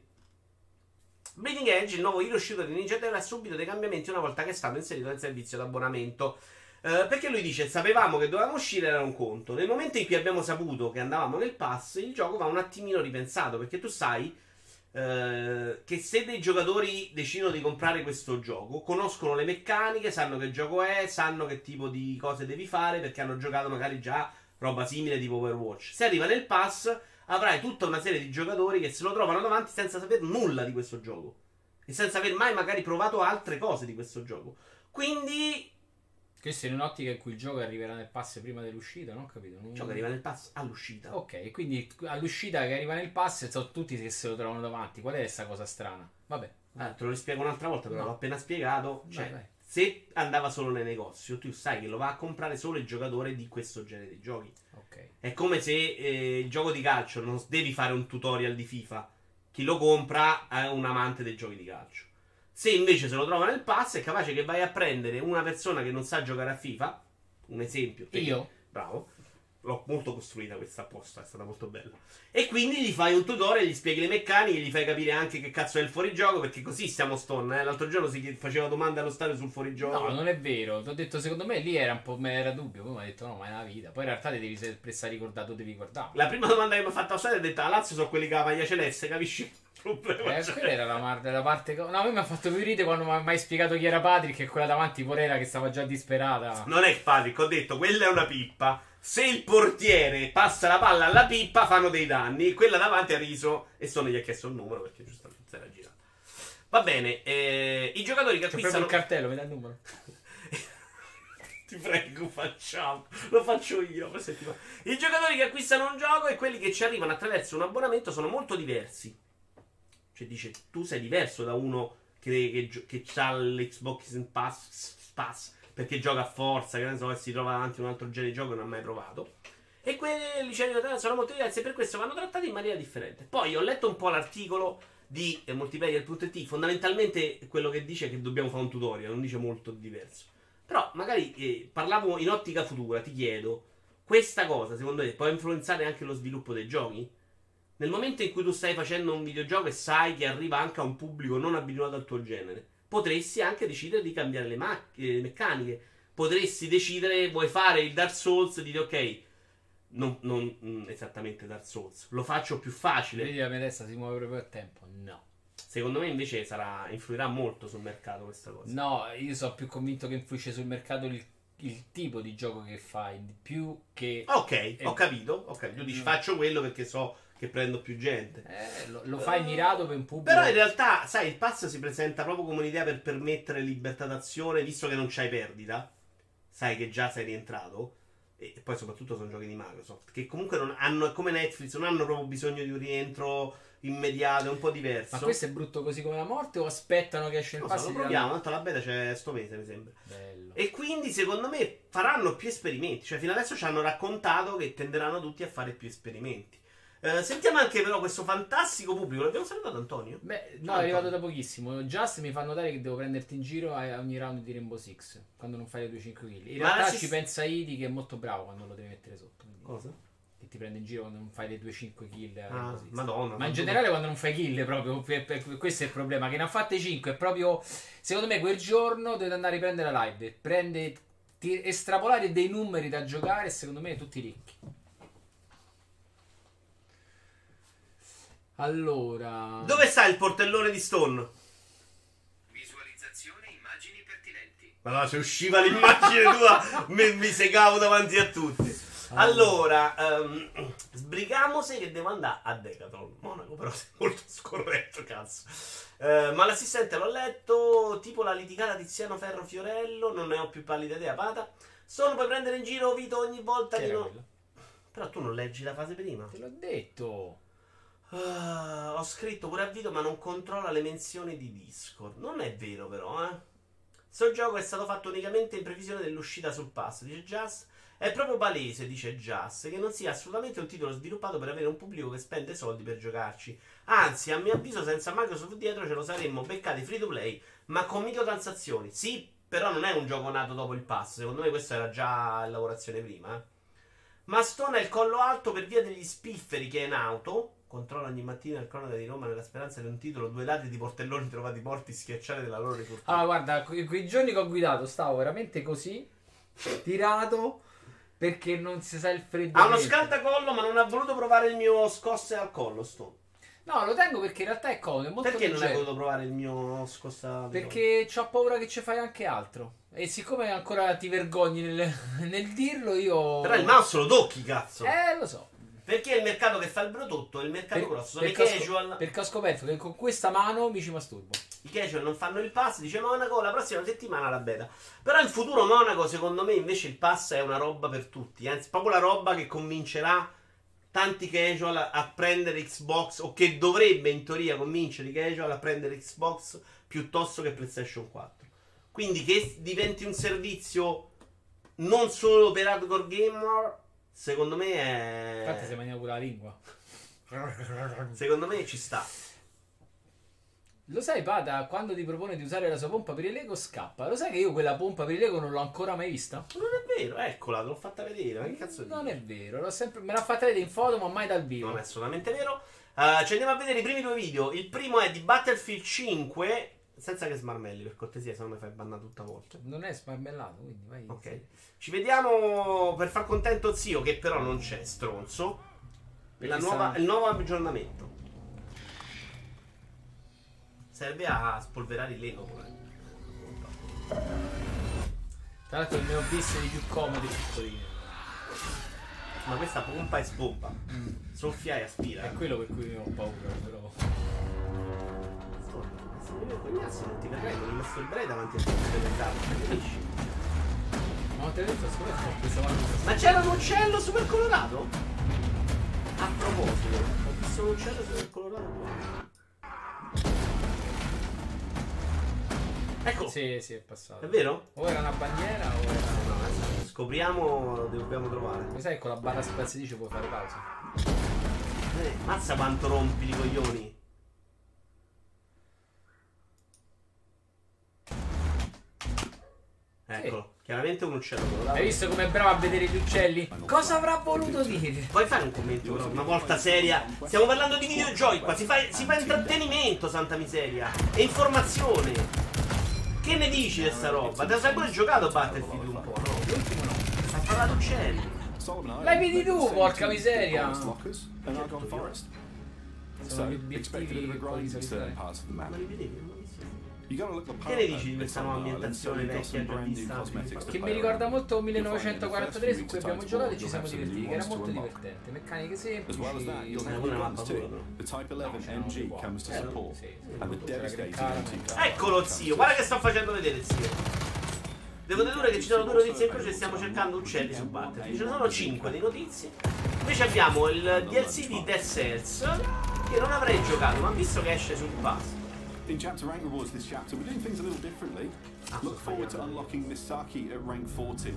Bleeding Edge, il nuovo hero shooter di Ninja Theory, ha subito dei cambiamenti una volta che è stato inserito nel servizio d'abbonamento. Eh, perché lui dice: sapevamo che dovevamo uscire, era un conto. Nel momento in cui abbiamo saputo che andavamo nel pass, il gioco va un attimino ripensato. Perché tu sai eh, che se dei giocatori decidono di comprare questo gioco, conoscono le meccaniche, sanno che gioco è, sanno che tipo di cose devi fare, perché hanno giocato magari già roba simile tipo Overwatch. Se arriva nel pass, avrai tutta una serie di giocatori che se lo trovano davanti senza sapere nulla di questo gioco e senza aver mai magari provato altre cose di questo gioco. Quindi Questo in un'ottica in cui il gioco arriverà nel pass prima dell'uscita, non ho capito. Non... il gioco arriva nel pass all'uscita. Ok, quindi all'uscita che arriva nel pass sono tutti che se lo trovano davanti. Qual è questa cosa strana? Vabbè. Ah, te lo rispiego un'altra volta, però No. l'ho appena spiegato. Cioè, Vai, vai. se andava solo nel negozio, tu sai che lo va a comprare solo il giocatore di questo genere di giochi. Ok. È come se eh, il gioco di calcio non devi fare un tutorial di FIFA. Chi lo compra è un amante dei giochi di calcio. Se invece se lo trova nel pass, è capace che vai a prendere una persona che non sa giocare a FIFA. Un esempio. te Io? che- Bravo. L'ho molto costruita questa apposta, è stata molto bella. E quindi gli fai un tutorial, gli spieghi le meccaniche, gli fai capire anche che cazzo è il fuorigioco, perché così stiamo Stone. Eh? L'altro giorno si chied- faceva domande allo stadio sul fuorigioco. No, non è vero. Ti ho detto, secondo me lì era un po'. Era dubbio. Poi mi ha detto, no, ma è una vita. Poi in realtà ti devi sempre stare ricordato, devi ricordare. La prima domanda che mi ha fatto a stadio è detta: la Lazio sono quelli che ha la maglia celeste, capisci? Il problema Eh, c'è. quella era la, mar- la parte. co- No, a me mi ha fatto più ridere quando mi ha mai spiegato chi era Patrick e quella davanti pure era che stava già disperata. Non è Patrick, ho detto, quella è una pippa. Se il portiere passa la palla alla pippa, fanno dei danni. Quella davanti ha riso e Stone gli ha chiesto il numero perché giustamente si era girato. Va bene, eh, i giocatori che C'è proprio acquistano. il cartello, mi dai il numero? Ti prego, facciamo. Lo faccio io. la settimana. I giocatori che acquistano un gioco e quelli che ci arrivano attraverso un abbonamento sono molto diversi. Cioè, dice, tu sei diverso da uno che, che, gio- che ha l'Xbox Pass, Pass perché gioca a forza, che ne so, e si trova davanti a un altro genere di gioco che non ha mai provato. E quelli ci arrivano sono molto diversi e per questo vanno trattati in maniera differente. Poi ho letto un po' l'articolo di eh, multiplayer punto it, fondamentalmente quello che dice è che dobbiamo fare un tutorial, non dice molto diverso. Però magari eh, parlavo in ottica futura, ti chiedo, questa cosa secondo te può influenzare anche lo sviluppo dei giochi? Nel momento in cui tu stai facendo un videogioco e sai che arriva anche a un pubblico non abituato al tuo genere, potresti anche decidere di cambiare le, mac- le meccaniche. Potresti decidere, vuoi fare il Dark Souls, dire ok, non, non mm, esattamente Dark Souls, lo faccio più facile. Vedi la mia testa si muove proprio a tempo. No. Secondo me invece sarà, influirà molto sul mercato questa cosa. No, io sono più convinto che influisce sul mercato il, il tipo di gioco che fai, più che... Ok, eh, ho capito, ho capito. Tu dici mm. faccio quello perché so che prendo più gente. Eh, lo, lo fai mirato per un pubblico. Però in realtà, sai, il pass si presenta proprio come un'idea per permettere libertà d'azione, visto che non c'hai perdita. Sai che già sei rientrato. E poi soprattutto sono giochi di Microsoft, che comunque non hanno, come Netflix, non hanno proprio bisogno di un rientro immediato, è un po' diverso. Ma questo è brutto così come la morte o aspettano che esce il Non pass? so, lo di proviamo, tanto la beta c'è sto mese, mi sembra. Bello. E quindi secondo me faranno più esperimenti. Cioè, fino adesso ci hanno raccontato che tenderanno tutti a fare più esperimenti. Eh, sentiamo anche però questo fantastico pubblico. L'abbiamo salutato, Antonio? Beh, no, Ciao, è arrivato Antonio. da pochissimo. Just mi fa notare che devo prenderti in giro a ogni round di Rainbow Six quando non fai le due cinque kill. In Ma realtà la ci si- pensa Idi che è molto bravo quando lo devi mettere sotto. quindi- Cosa? Che ti prende in giro quando non fai le due cinque kill. a Ah, Rainbow Six. Madonna. Ma in generale quando non fai kill proprio, per- per- questo è il problema, che ne ha fatte cinque, è proprio, secondo me quel giorno dovete andare a riprendere la live, prende, ti- estrapolare dei numeri da giocare e secondo me tutti ricchi. Allora... Dove sta il portellone di Stone? Visualizzazione immagini pertinenti. Ma no, se usciva l'immagine tua mi, mi segavo davanti a tutti. Allora, ehm, sbrigamose che devo andare a Decathlon. Monaco però sei molto scorretto, cazzo. Eh, ma l'assistente l'ho letto, tipo la litigata Tiziano Ferro Fiorello, non ne ho più pallida idea, Pata. Sono per prendere in giro Vito ogni volta Che di era no. quello? Però tu non leggi la fase prima. Te l'ho detto. Ah, ho scritto pure a Vito ma non controlla le menzioni di Discord. Non è vero però, eh. Sto gioco è stato fatto unicamente in previsione dell'uscita sul pass, dice Just. È proprio palese, dice Just, che non sia assolutamente un titolo sviluppato per avere un pubblico che spende soldi per giocarci. Anzi, a mio avviso senza Microsoft dietro ce lo saremmo beccati free to play, ma con microtransazioni. Sì, però non è un gioco nato dopo il pass. Secondo me questa era già lavorazione prima, eh. Ma Stone ha il collo alto per via degli spifferi che è in auto. Controlla ogni mattina il cronaca di Roma nella speranza di un titolo, due ladri di portelloni trovati morti schiacciati della loro rifortuna. Ah, guarda, que- quei giorni che ho guidato stavo veramente così, tirato, perché non si sa il freddo. Ha uno dentro. scaldacollo, ma non ha voluto provare il mio scosse al collo, Stone. No, lo tengo perché in realtà è comodo, è molto Perché non hai leggero. voluto provare il mio scossa? Perché ho paura che ci fai anche altro. E siccome ancora ti vergogni nel, nel dirlo, io... Però il mouse lo tocchi, cazzo. Eh, lo so. Perché il mercato che fa il prodotto è il mercato Per- grosso. Sono i perché, ho scop- casual. perché ho scoperto che con questa mano mi ci masturbo. I casual non fanno il pass, dice Monaco, la prossima settimana la beta. Però in futuro Monaco, secondo me, invece il pass è una roba per tutti. Anzi, proprio la roba che convincerà tanti casual a, a prendere Xbox, o che dovrebbe in teoria convincere i casual a prendere Xbox piuttosto che PlayStation quattro. Quindi che diventi un servizio non solo per hardcore gamer, secondo me è... Infatti si mangia pure la lingua. Secondo me ci sta. Lo sai, Pata, quando ti propone di usare la sua pompa per il Lego scappa. Lo sai che io quella pompa per il Lego non l'ho ancora mai vista? Non è vero, eccola, te l'ho fatta vedere. Ma che cazzo dici? Non è vero, l'ho sempre... me l'ha fatta vedere in foto, ma mai dal vivo. Non è assolutamente vero. Uh, ci andiamo a vedere i primi due video. Il primo è di Battlefield cinque. Senza che smarmelli, per cortesia, se no mi fai bannare tutta volta. Non è smarmellato, quindi vai. Ok. Ci vediamo per far contento zio, che però non c'è, stronzo. La Perché nuova, sta- il nuovo aggiornamento. Serve a spolverare il Lego. Tra l'altro ne ho viste di più comodi piccolini. Ma questa pompa e spompa. Soffia e aspira. È quello per cui ho paura, però. Se mi vedo cognazzo non ti vedrai, non mi masturberei davanti a tutte le carte, capisci? Ma te l'ho detto, scusa, ho preso avanti. Ma c'era un uccello super colorato? A proposito, ho visto un uccello super colorato. Ecco, Sì, sì, è passato. è vero? O era una bandiera o era... No, adesso scopriamo, lo dobbiamo trovare. Mi sai, con la barra spaziatrice puoi fare pausa. Eh, mazza quanto rompi i coglioni. Eccolo, chiaramente un uccello colorato. Hai visto com'è bravo a vedere gli uccelli? Cosa avrà voluto dire? Puoi fare un commento però, una volta seria? Stiamo parlando di videogiochi qua, si fa, si fa intrattenimento, santa miseria, e informazione. Che ne dici di sta roba? Te lo sai pure giocato Battlefield un po', no? L'ultimo no. Sta parlando di uccelli. L'hai vedi tu, porca miseria. Sono gli obiettivi che puoi risolvere. Ma li vedevi? Non l'ho visto. Che ne dici di questa nuova ambientazione vecchia già vista? Che mi ricorda molto millenovecentoquarantatré, su cui abbiamo giocato e ci siamo divertiti, che era molto divertente. Meccaniche semplici. Eccolo zio, guarda che sto facendo vedere zio. Devo dedurre che ci sono due notizie in croce e stiamo cercando uccelli su Battlefield. Ce ne sono cinque di notizie. Invece abbiamo il D L C di Dead Cells, che non avrei giocato, ma visto che esce sul pass. In chapter rank rewards this chapter, we're doing things a little differently. Look forward to unlocking Misaki at rank forty.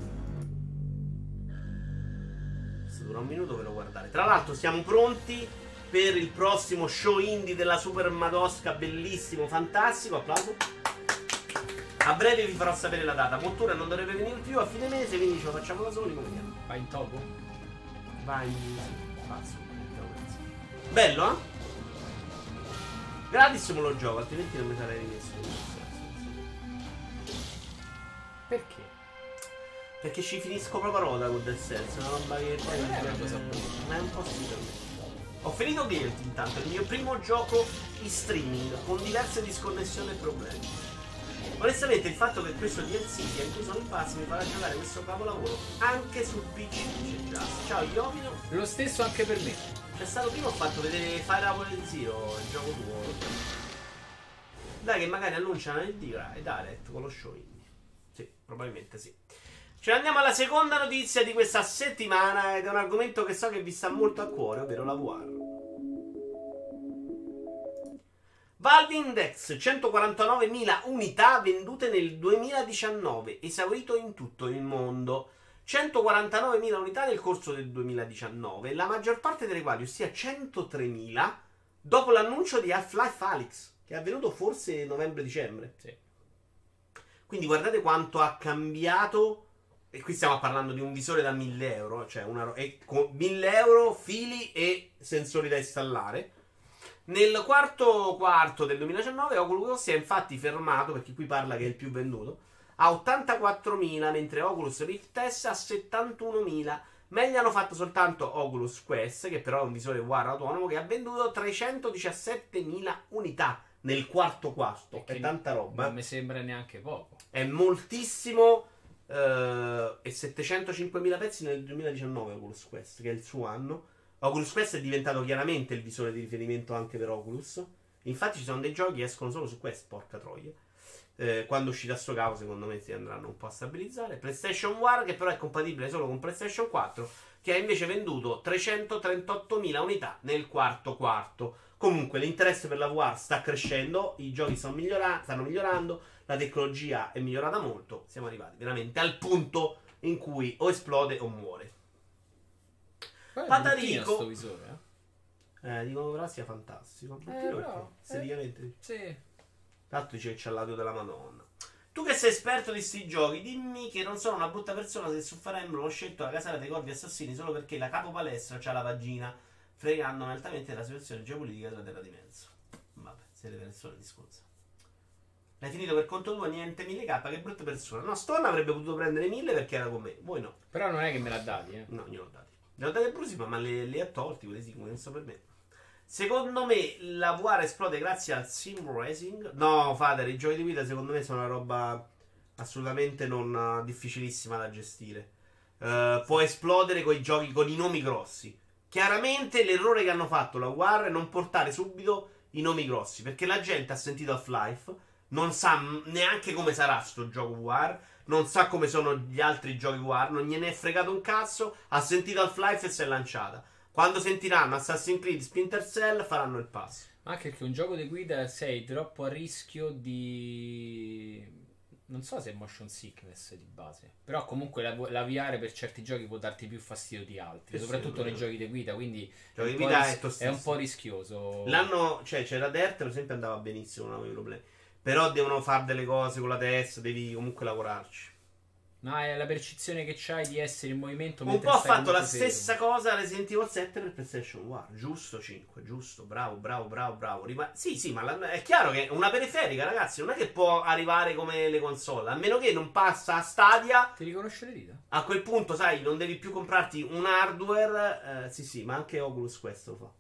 Se dura un minuto ve lo guardate. Tra l'altro siamo pronti per il prossimo show indie della Super Madosca, bellissimo, fantastico. Applauso. A breve vi farò sapere la data. Mottura non dovrebbe venire più a fine mese, quindi ce lo facciamo da soli. Come chiamo? Vai in topo? Vai in pazzo. Bello, eh? Gratis me lo gioco, altrimenti non mi sarei rimesso. Perché? Perché ci finisco proprio roda con Dead Cells. Una roba che poi non è una cosa brutta. ma è un po' sì per me. Ho finito Guild intanto, il mio primo gioco in streaming, con diverse disconnessioni e problemi. Onestamente il fatto che questo D L C sia incluso in pass mi farà giocare questo capolavoro anche sul P C, dice Just. Ciao Iovino. Lo stesso anche per me. C'è stato prima, ho fatto vedere Fire Emblem Zero, il gioco tuo. Dai che magari annunciano il Direct Direct con lo show indie. Sì, probabilmente sì. Ce ne andiamo alla seconda notizia di questa settimana ed è un argomento che so che vi sta molto a cuore, ovvero la V R. Valve Index, centoquarantanovemila unità vendute nel duemiladiciannove, esaurito in tutto il mondo. centoquarantanovemila unità nel corso del duemiladiciannove, la maggior parte delle quali, ossia centotremila, dopo l'annuncio di Half-Life Alyx, che è avvenuto forse novembre-dicembre. Sì. Quindi guardate quanto ha cambiato, e qui stiamo parlando di un visore da mille euro, cioè una, e con mille euro, fili e sensori da installare. Nel quarto quarto del duemiladiciannove Oculus si è infatti fermato, perché qui parla che è il più venduto, a ottantaquattromila, mentre Oculus Rift S a settantunomila. Meglio hanno fatto soltanto Oculus Quest, che però è un visore V R autonomo, che ha venduto trecentodiciassettemila unità nel quarto quarto. È tanta roba. Non mi sembra neanche poco. È moltissimo. Uh, e settecentocinquemila pezzi nel duemiladiciannove Oculus Quest, che è il suo anno. Oculus Quest è diventato chiaramente il visore di riferimento anche per Oculus. Infatti ci sono dei giochi che escono solo su Quest, porca troia. Eh, quando uscirà sto cavo secondo me si andranno un po' a stabilizzare. PlayStation V R, che però è compatibile solo con PlayStation quattro, che ha invece venduto trecentotrentottomila unità nel quarto quarto. Comunque l'interesse per la V R sta crescendo, i giochi stanno, migliora- stanno migliorando, la tecnologia è migliorata molto, siamo arrivati veramente al punto in cui o esplode o muore. Patarico sto visore, eh? Eh, dicono però sia fantastico. Eh, però, Seriamente? Eh, sì. Tanto dice che c'è l'audio della Madonna. Tu che sei esperto di sti giochi, dimmi che non sono una brutta persona se su Fire Emblem ho scelto la casata dei corvi assassini solo perché la capo palestra c'ha la vagina, fregandomi altamente della situazione geopolitica della terra di mezzo. Vabbè, siete persone di scusa. L'hai finito per conto tuo, niente mille K, che brutta persona. No, Stone avrebbe potuto prendere mille perché era con me, voi no. Però non è che me l'ha dati, eh. No, gliel'ho dati. Gliel'ho dati a Brusima, ma le, le ha tolti, quelli sì, come non so per me. Secondo me la V R esplode grazie al sim racing. No, Fader, i giochi di guida secondo me sono una roba assolutamente non uh, difficilissima da gestire. Uh, può esplodere con i giochi con i nomi grossi. Chiaramente l'errore che hanno fatto la V R è non portare subito i nomi grossi, perché la gente ha sentito Half-Life, non sa neanche come sarà sto gioco V R, non sa come sono gli altri giochi V R, non gliene è fregato un cazzo, ha sentito Half-Life e si è lanciata. Quando sentiranno Assassin's Creed, Splinter Cell faranno il passo. Ma anche che un gioco di guida sei troppo a rischio di... non so se è motion sickness di base, però comunque la, la V R per certi giochi può darti più fastidio di altri, Che soprattutto sì, nei giochi di guida, quindi giochi è, di un guida ris- è tostissimo. è un po' rischioso. L'anno, cioè c'era Dirt, per esempio andava benissimo, non avevo problemi. Però devono fare delle cose con la testa, devi comunque lavorarci. No, è la percezione che c'hai di essere in movimento. Un mentre po' ha stai fatto la comunque fermo. stessa cosa Resident Evil sette per PlayStation V R. Giusto cinque, giusto, bravo, bravo, bravo, bravo. Rima- sì, sì, ma la- è chiaro che una periferica, ragazzi, non è che può arrivare come le console. A meno che non passa a Stadia. Ti riconosce le dita? A quel punto, sai, non devi più comprarti un hardware. Eh, sì, sì, ma anche Oculus Quest lo fa.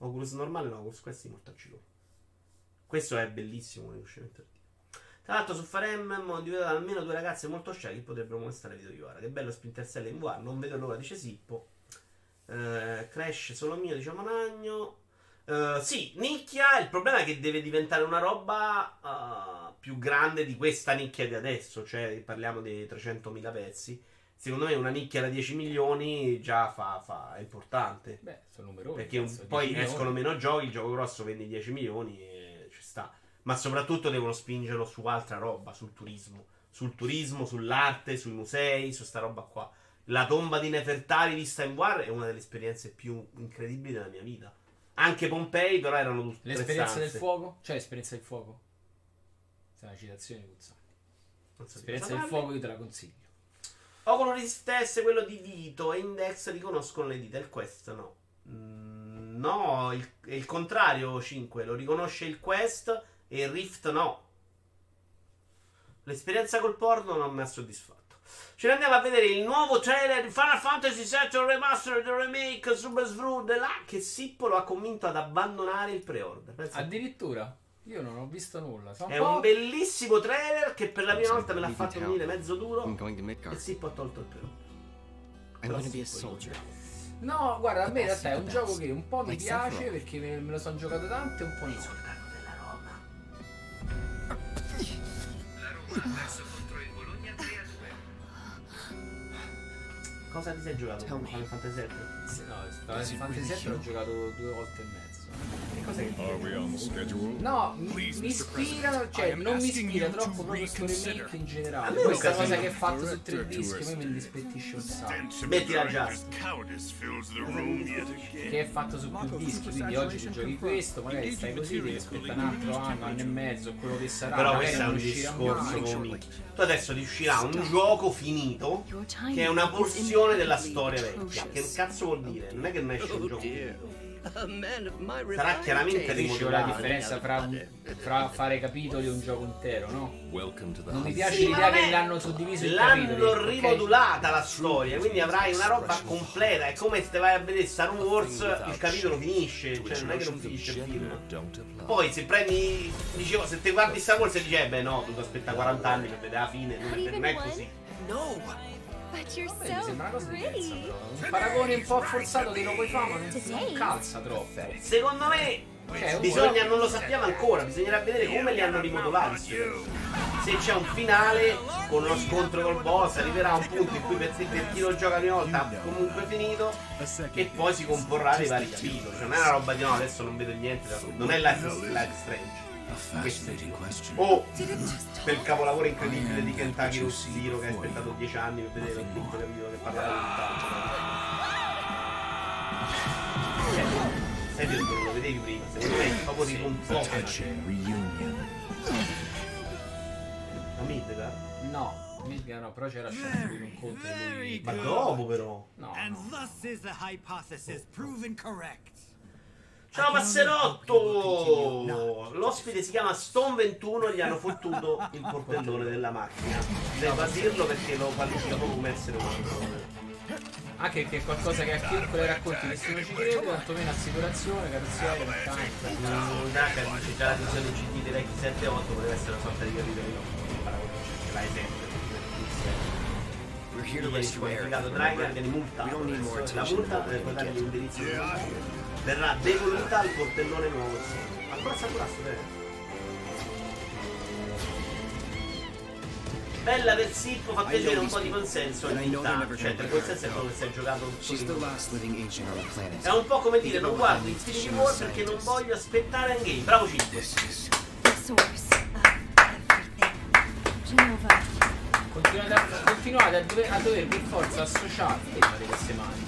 Oculus normale no, Oculus Quest mortacci loro. Questo è bellissimo come uscimento. Tra l'altro su Fire Emblem ho individuato almeno due ragazze molto shy che potrebbero molestare video di ora. Che bello Splinter Cell in V R, non vedo l'ora, dice Sippo. Uh, Crash solo mio, diciamo Nagno. Uh, sì, nicchia, il problema è che deve diventare una roba uh, più grande di questa nicchia di adesso, cioè parliamo di trecentomila pezzi. Secondo me una nicchia da dieci milioni già fa, fa è importante. Beh, sono numerosi. Perché un, penso, poi dieci escono milioni. meno giochi, il gioco grosso vende dieci milioni e ci sta. Ma soprattutto devono spingerlo su altra roba, sul turismo. Sul turismo, sull'arte, sui musei, su sta roba qua. La tomba di Nefertari vista in V R è una delle esperienze più incredibili della mia vita. Anche Pompei, però erano tutte L'esperienza del stanze. fuoco? Cioè l'esperienza del fuoco? Questa è una citazione puzzante. Non so di L'esperienza cosa del parli. fuoco io te la consiglio. Oculus Rift S, quello di Vito e Index riconoscono le dita, il Quest no. Mm, no, il, è il contrario cinque, lo riconosce il Quest e il Rift no. L'esperienza col porno non mi ha soddisfatto. Ce ne andiamo a vedere il nuovo trailer di Final Fantasy sette Remastered Remake Super Sfrude là che Sippo lo ha convinto ad abbandonare il pre-order. Pensa- Addirittura? Io non ho visto nulla. So un È po'- un bellissimo trailer che per la prima volta me l'ha fatto venire mezzo duro I'm going to e Midgard. Sippo ha tolto il pre-order. I'm going to be a soldier. No, guarda, a me in realtà è un The gioco best. che un po' mi Like piace Sephiroth. perché me, me lo sono giocato tanto e un po' Il no. soldato della Roma. La Roma ha perso contro il Bologna tre a due. Cosa ti sei giocato con Final Fantasy sette? Sì, no, Final Fantasy sette l'ho giocato due volte e mezzo. Che cosa che ti Are we on schedule? No, mi, Please, mi mister ispirano, President, cioè I am non mi asking ispira you troppo to proprio sto reconsider. remake in A generale. me non Questa casino. cosa che è fatto su tre Director dischi a me mi to indispettisce un sacco. Mettila già. Cowardice fills the room yet again. Che è fatto su più dischi, quindi oggi ti giochi questo, magari stai così, devi aspettare un altro anno, anno e mezzo, quello che sarà. Però magari questo è non un uscirà discorso mai. con Mickey. Tu adesso ti uscirà un gioco finito che è una porzione della storia vecchia. Che cazzo vuol dire? Non è che non esce un gioco finito. Sarà chiaramente Capisci la rimodulato. differenza fra, un- fra fare capitoli e un gioco intero, no? Welcome to the Non mi hub. piace Sì, ma l'idea non è- che l'hanno suddiviso in capitoli. L'hanno ok? rimodulata la storia, quindi avrai una roba completa. È come se te vai a vedere Star Wars, il capitolo finisce, cioè non è che non finisce il film. Poi se prendi, dicevo, se te guardi Star Wars e dici, eh beh no, tu aspetta quaranta anni per vedere la fine, non è, non è così. But you're Beh, mi so sembra una cosa diversa, pretty. però. Un paragone un po' forzato che lo puoi fare, ma non, non calza troppo. Secondo me Cioè, un- bisogna, non lo sappiamo ancora, bisognerà vedere come li hanno rimodulati. sti pezzi. Se c'è un finale con uno scontro col boss, arriverà un punto in cui per, per chi lo gioca una volta ha comunque finito e poi si comporrà dei vari capitoli. Cioè non è una roba di no, adesso non vedo niente, non è Life is Life is Strange. Questo è il gioco. O quel capolavoro incredibile di Kentucky Road Zero che hai aspettato dieci anni per vedere il quinto capitolo che parla di montaggio. Sai che non lo vedevi prima, secondo me è proprio di un po'. Ma Midgar? No, Midgar no, però c'era scena di un conto e lui... Ma dopo però. No, And no. thus is the hypothesis proven correct. Ciao Passerotto! L'ospite si chiama Stone ventuno e gli hanno fottuto il portellone della macchina. Devo dirlo perché lo qualifica proprio come essere umano. Anche che è qualcosa che a chiunque le racconti nessuno ci crede, quantomeno assicurazione, carrozzeria, meccanica. Un Daka dice già la edizione C D dei vecchi sette otto poteva essere una sorta di capitolo di paragone, ce l'hai sempre. We're here to Viene rescue squalificato Eric. Dragon, viene multato. We don't need more Adesso la attention multa than per what we dargli get. l'indirizzo verrà devoluta al portellone nuovo. Ancora saturato, bene. Bella del Sippo, fa piacere un po' di consenso ogni tanto. Cioè, il consenso è quello che si è giocato un She's the po'. last living ancient on the planet. È un po' come dire, non guardo Infinity War perché non voglio aspettare un game. Bravo Cippo. The source of everything. Genova. Continuate a, continuate a dover, a dover per forza associarvi prima di queste mani.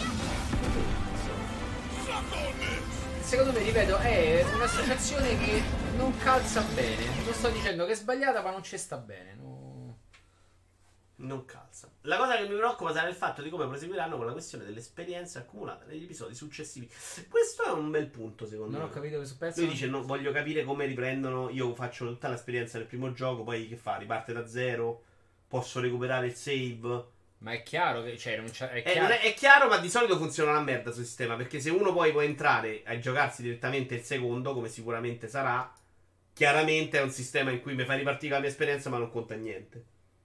Secondo me, ripeto, è un'associazione che non calza bene. Non sto dicendo che è sbagliata, ma non ci sta bene. No. Non calza. La cosa che mi preoccupa sarà il fatto di come proseguiranno con la questione dell'esperienza accumulata negli episodi successivi. Questo è un bel punto, secondo Non me. ho capito questo pezzo. Lui dice: no, voglio capire come riprendono. Io faccio tutta l'esperienza del primo gioco, poi che fa? Riparte da zero. Posso recuperare il save. Ma è chiaro che cioè, non c'è, è, Eh, chiaro. non è, è chiaro, ma di solito funziona una merda sul sistema. Perché se uno poi può entrare a giocarsi direttamente il secondo, come sicuramente sarà, chiaramente è un sistema in cui mi fa ripartire la mia esperienza, ma non conta niente.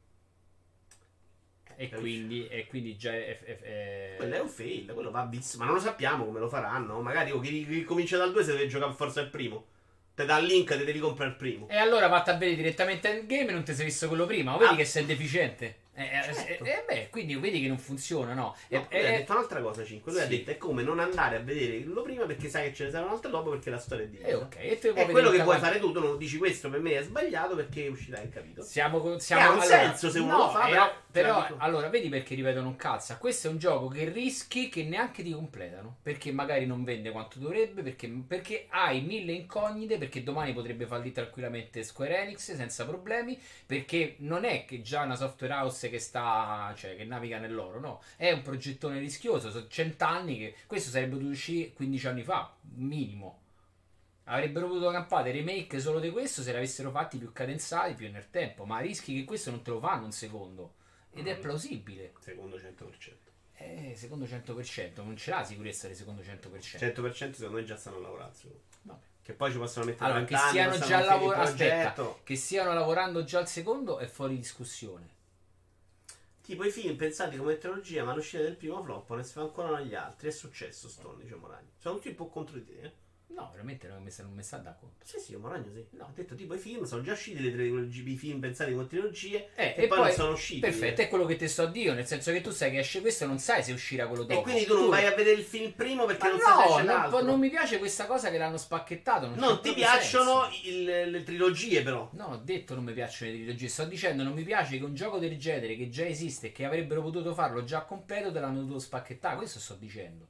E quindi, e quindi già è, è- è- Quello è un fail, quello va visto, ma non lo sappiamo come lo faranno. Magari oh, chi, chi comincia dal due se deve giocare forza il primo. Te dà il link, te devi comprare il primo. E allora vatti a vedere direttamente Endgame e non ti sei visto quello prima. O vedi Ah. che sei deficiente. E eh, Certo. eh, eh, beh, quindi vedi che non funziona, no? No, E- lui ha e- detto un'altra cosa, cinque. Lui sì. ha detto è come non andare a vedere quello prima perché sai che ce ne sarà un altro dopo perché la storia è diversa. eh, ok, e te puoi È vedere quello che tutta vuoi quanta- fare tu, tu non dici questo per me è sbagliato perché uscirà in capito. Siamo, con- siamo ha un allora, senso se uno no, lo fa, eh, però- però, cioè, dico- allora vedi perché ripetono un cazzo. Questo è un gioco che rischi che neanche ti completano. Perché magari non vende quanto dovrebbe. Perché, perché hai mille incognite. Perché domani potrebbe fallire tranquillamente Square Enix senza problemi. Perché non è che già una software house che sta, cioè che naviga nell'oro, no. È un progettone rischioso. Sono cent'anni che questo sarebbe dovuto uscire quindici anni fa, minimo. Avrebbero potuto campare remake solo di questo se l'avessero fatti più cadenzati, più nel tempo. Ma rischi che questo non te lo fanno un secondo. Ed è plausibile. Secondo cento per cento. Eh, secondo cento per cento. Non c'è la sicurezza del secondo cento per cento. cento per cento secondo me già stanno lavorando. secondo me. Vabbè. Che poi ci possono mettere Allora, che trenta anni, stiano possono già finire il lavorando. Aspetta, progetto. che stiano lavorando già al secondo è fuori discussione. Tipo i film pensati come trilogia, ma l'uscita del primo flop non si fa ancora negli altri. È successo, Stone, dice Moragno. Sono tutti un po' contro di te, eh? No, veramente non mi sta, non mi sta da conto. Sì, sì, Moragno sì. No, ha detto tipo i film sono già usciti le trilogie, i film pensati come trilogie Eh, e, poi, non sono usciti. perfetto, è quello che ti sto a dire, nel senso che tu sai che esce questo e non sai se uscirà quello dopo. E quindi tu non vai a vedere il film primo perché Ma non sai se no, esce non, l'altro. non mi piace questa cosa che l'hanno spacchettato. Non, Non c'è ti proprio piacciono senso. il- le trilogie però. No, ho detto non mi piacciono le trilogie. Sto dicendo non mi piace che un gioco del genere che già esiste e che avrebbero potuto farlo già completo te l'hanno dovuto spacchettare. Questo sto dicendo.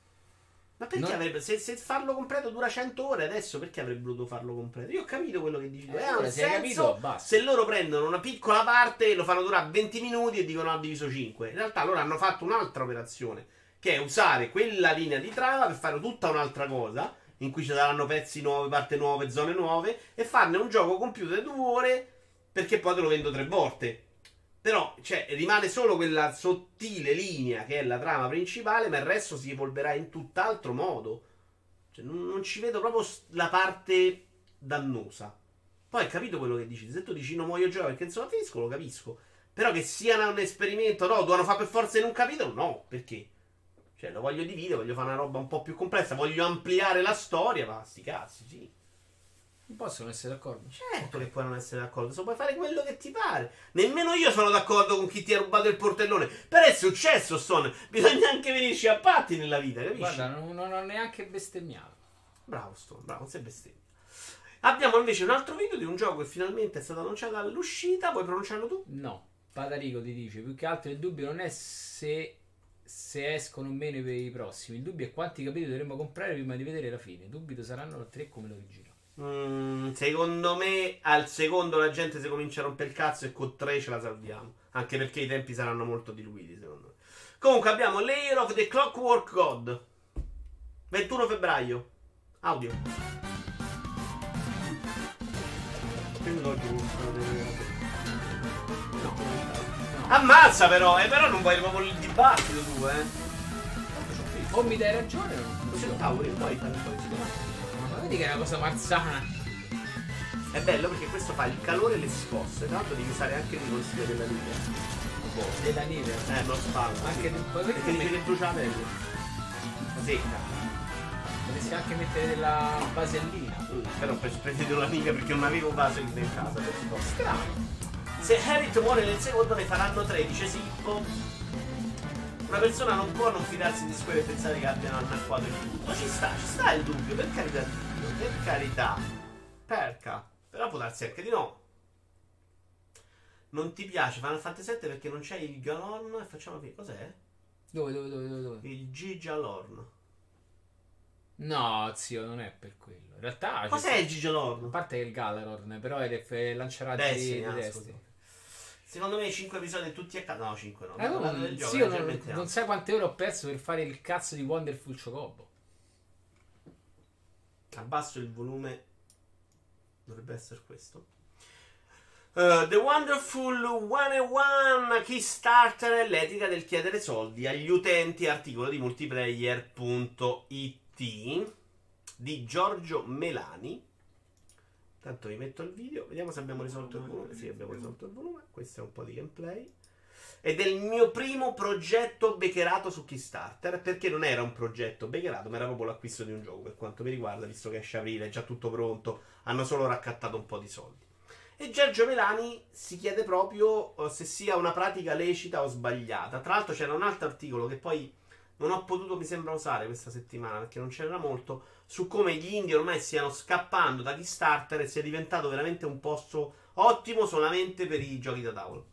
Ma perché Non- avrebbe. Se, se farlo completo dura cento ore adesso, perché avrebbero dovuto farlo completo? Io ho capito quello che dici. tu. Eh, Eh, ha allora, un se hai senso capito, basta. se loro prendono una piccola parte, lo fanno durare venti minuti e dicono ha diviso cinque. In realtà loro hanno fatto un'altra operazione, che è usare quella linea di trama per fare tutta un'altra cosa, in cui ci saranno pezzi nuovi, parti nuove, zone nuove, e farne un gioco compiuto di due ore, perché poi te lo vendo tre volte. Però, cioè, rimane solo quella sottile linea che è la trama principale, ma il resto si evolverà in tutt'altro modo. Cioè, non, non ci vedo proprio s- la parte dannosa. Poi hai capito quello che dici. Se tu dici non voglio giocare perché insomma finisco, lo capisco. Però che sia un esperimento, no, devono fare per forza in un capitolo, no, perché? Cioè, lo voglio dividere, voglio fare una roba un po' più complessa, voglio ampliare la storia, ma sti cazzi, sì. Non possono essere d'accordo. Certo che puoi non essere d'accordo, se puoi fare quello che ti pare. Nemmeno io sono d'accordo con chi ti ha rubato il portellone. Però è successo, Son. Bisogna anche venirci a patti nella vita, capisci? Guarda, non, non ho neanche bestemmiato. Bravo, Stone, bravo, non sei bestemmia. Abbiamo invece un altro video di un gioco che finalmente è stato annunciato all'uscita. Vuoi pronunciarlo tu? No, Patarico ti dice, più che altro il dubbio non è se, se escono o meno i, i prossimi. Il dubbio è quanti capitoli dovremmo comprare prima di vedere la fine. Dubito saranno tre come l'originale. Mm, secondo me al secondo la gente si comincia a rompere il cazzo e con tre ce la salviamo. Anche perché i tempi saranno molto diluiti, secondo me. Comunque abbiamo Layer of the Clockwork God. ventuno febbraio. Audio. Ammazza però, eh, però non vuoi proprio il dibattito tu, eh. O mi dai ragione o non Così so. non tavoli, poi fare un po' di dibattito. Ma vedi che è una cosa marzana. È bello perché questo fa il calore e le scosse. Tra l'altro devi usare anche il consiglio della linea. Della neve. Eh, non spalla. Anche del- poi perché perché dice che brucia la pelle. Secca. Dovresti anche mettere della vasellina. Mm, però per prendere un'amica perché non avevo base in casa. per scosse. Strano. Se Harriet muore nel secondo ne faranno tre, dice Sippo. Una persona non può non fidarsi di Square e pensare che abbiano annacquato il tutto. Ci sta, ci sta il dubbio, per carità di Dio, per carità. Perca. Però può darsi anche di no. Non ti piace Final Fantasy sette perché non c'è il Galorn e facciamo finire. Cos'è? Dove, dove, dove, dove, dove? Il Gigalorn. No, zio, non è per quello. In realtà c'è Cos'è sta- il Gigalorn? A parte che il Galarorn, però è le lanciarati Destiny, di ah, Destiny. scusa. Secondo me cinque episodi tutti a caso. No, cinque no. Eh, non non, del gioco, zio, non, leggermente non alto. sai quante ore ho perso per fare il cazzo di Wonderful Chocobo. Abbasso il volume. Dovrebbe essere questo. Uh, The Wonderful centouno Kickstarter è l'etica del chiedere soldi agli utenti, articolo di multiplayer punto it di Giorgio Melani. Tanto vi metto il video, vediamo se abbiamo risolto il volume. Sì, abbiamo risolto il volume. Questo è un po' di gameplay. Ed è il mio primo progetto bekerato su Kickstarter, perché non era un progetto bekerato, ma era proprio l'acquisto di un gioco, per quanto mi riguarda, visto che esce aprile, è già tutto pronto, hanno solo raccattato un po' di soldi. E Giorgio Melani si chiede proprio uh, se sia una pratica lecita o sbagliata. Tra l'altro c'era un altro articolo che poi non ho potuto, mi sembra, usare questa settimana, perché non c'era molto, su come gli indie ormai stiano scappando da Kickstarter e sia diventato veramente un posto ottimo solamente per i giochi da tavolo.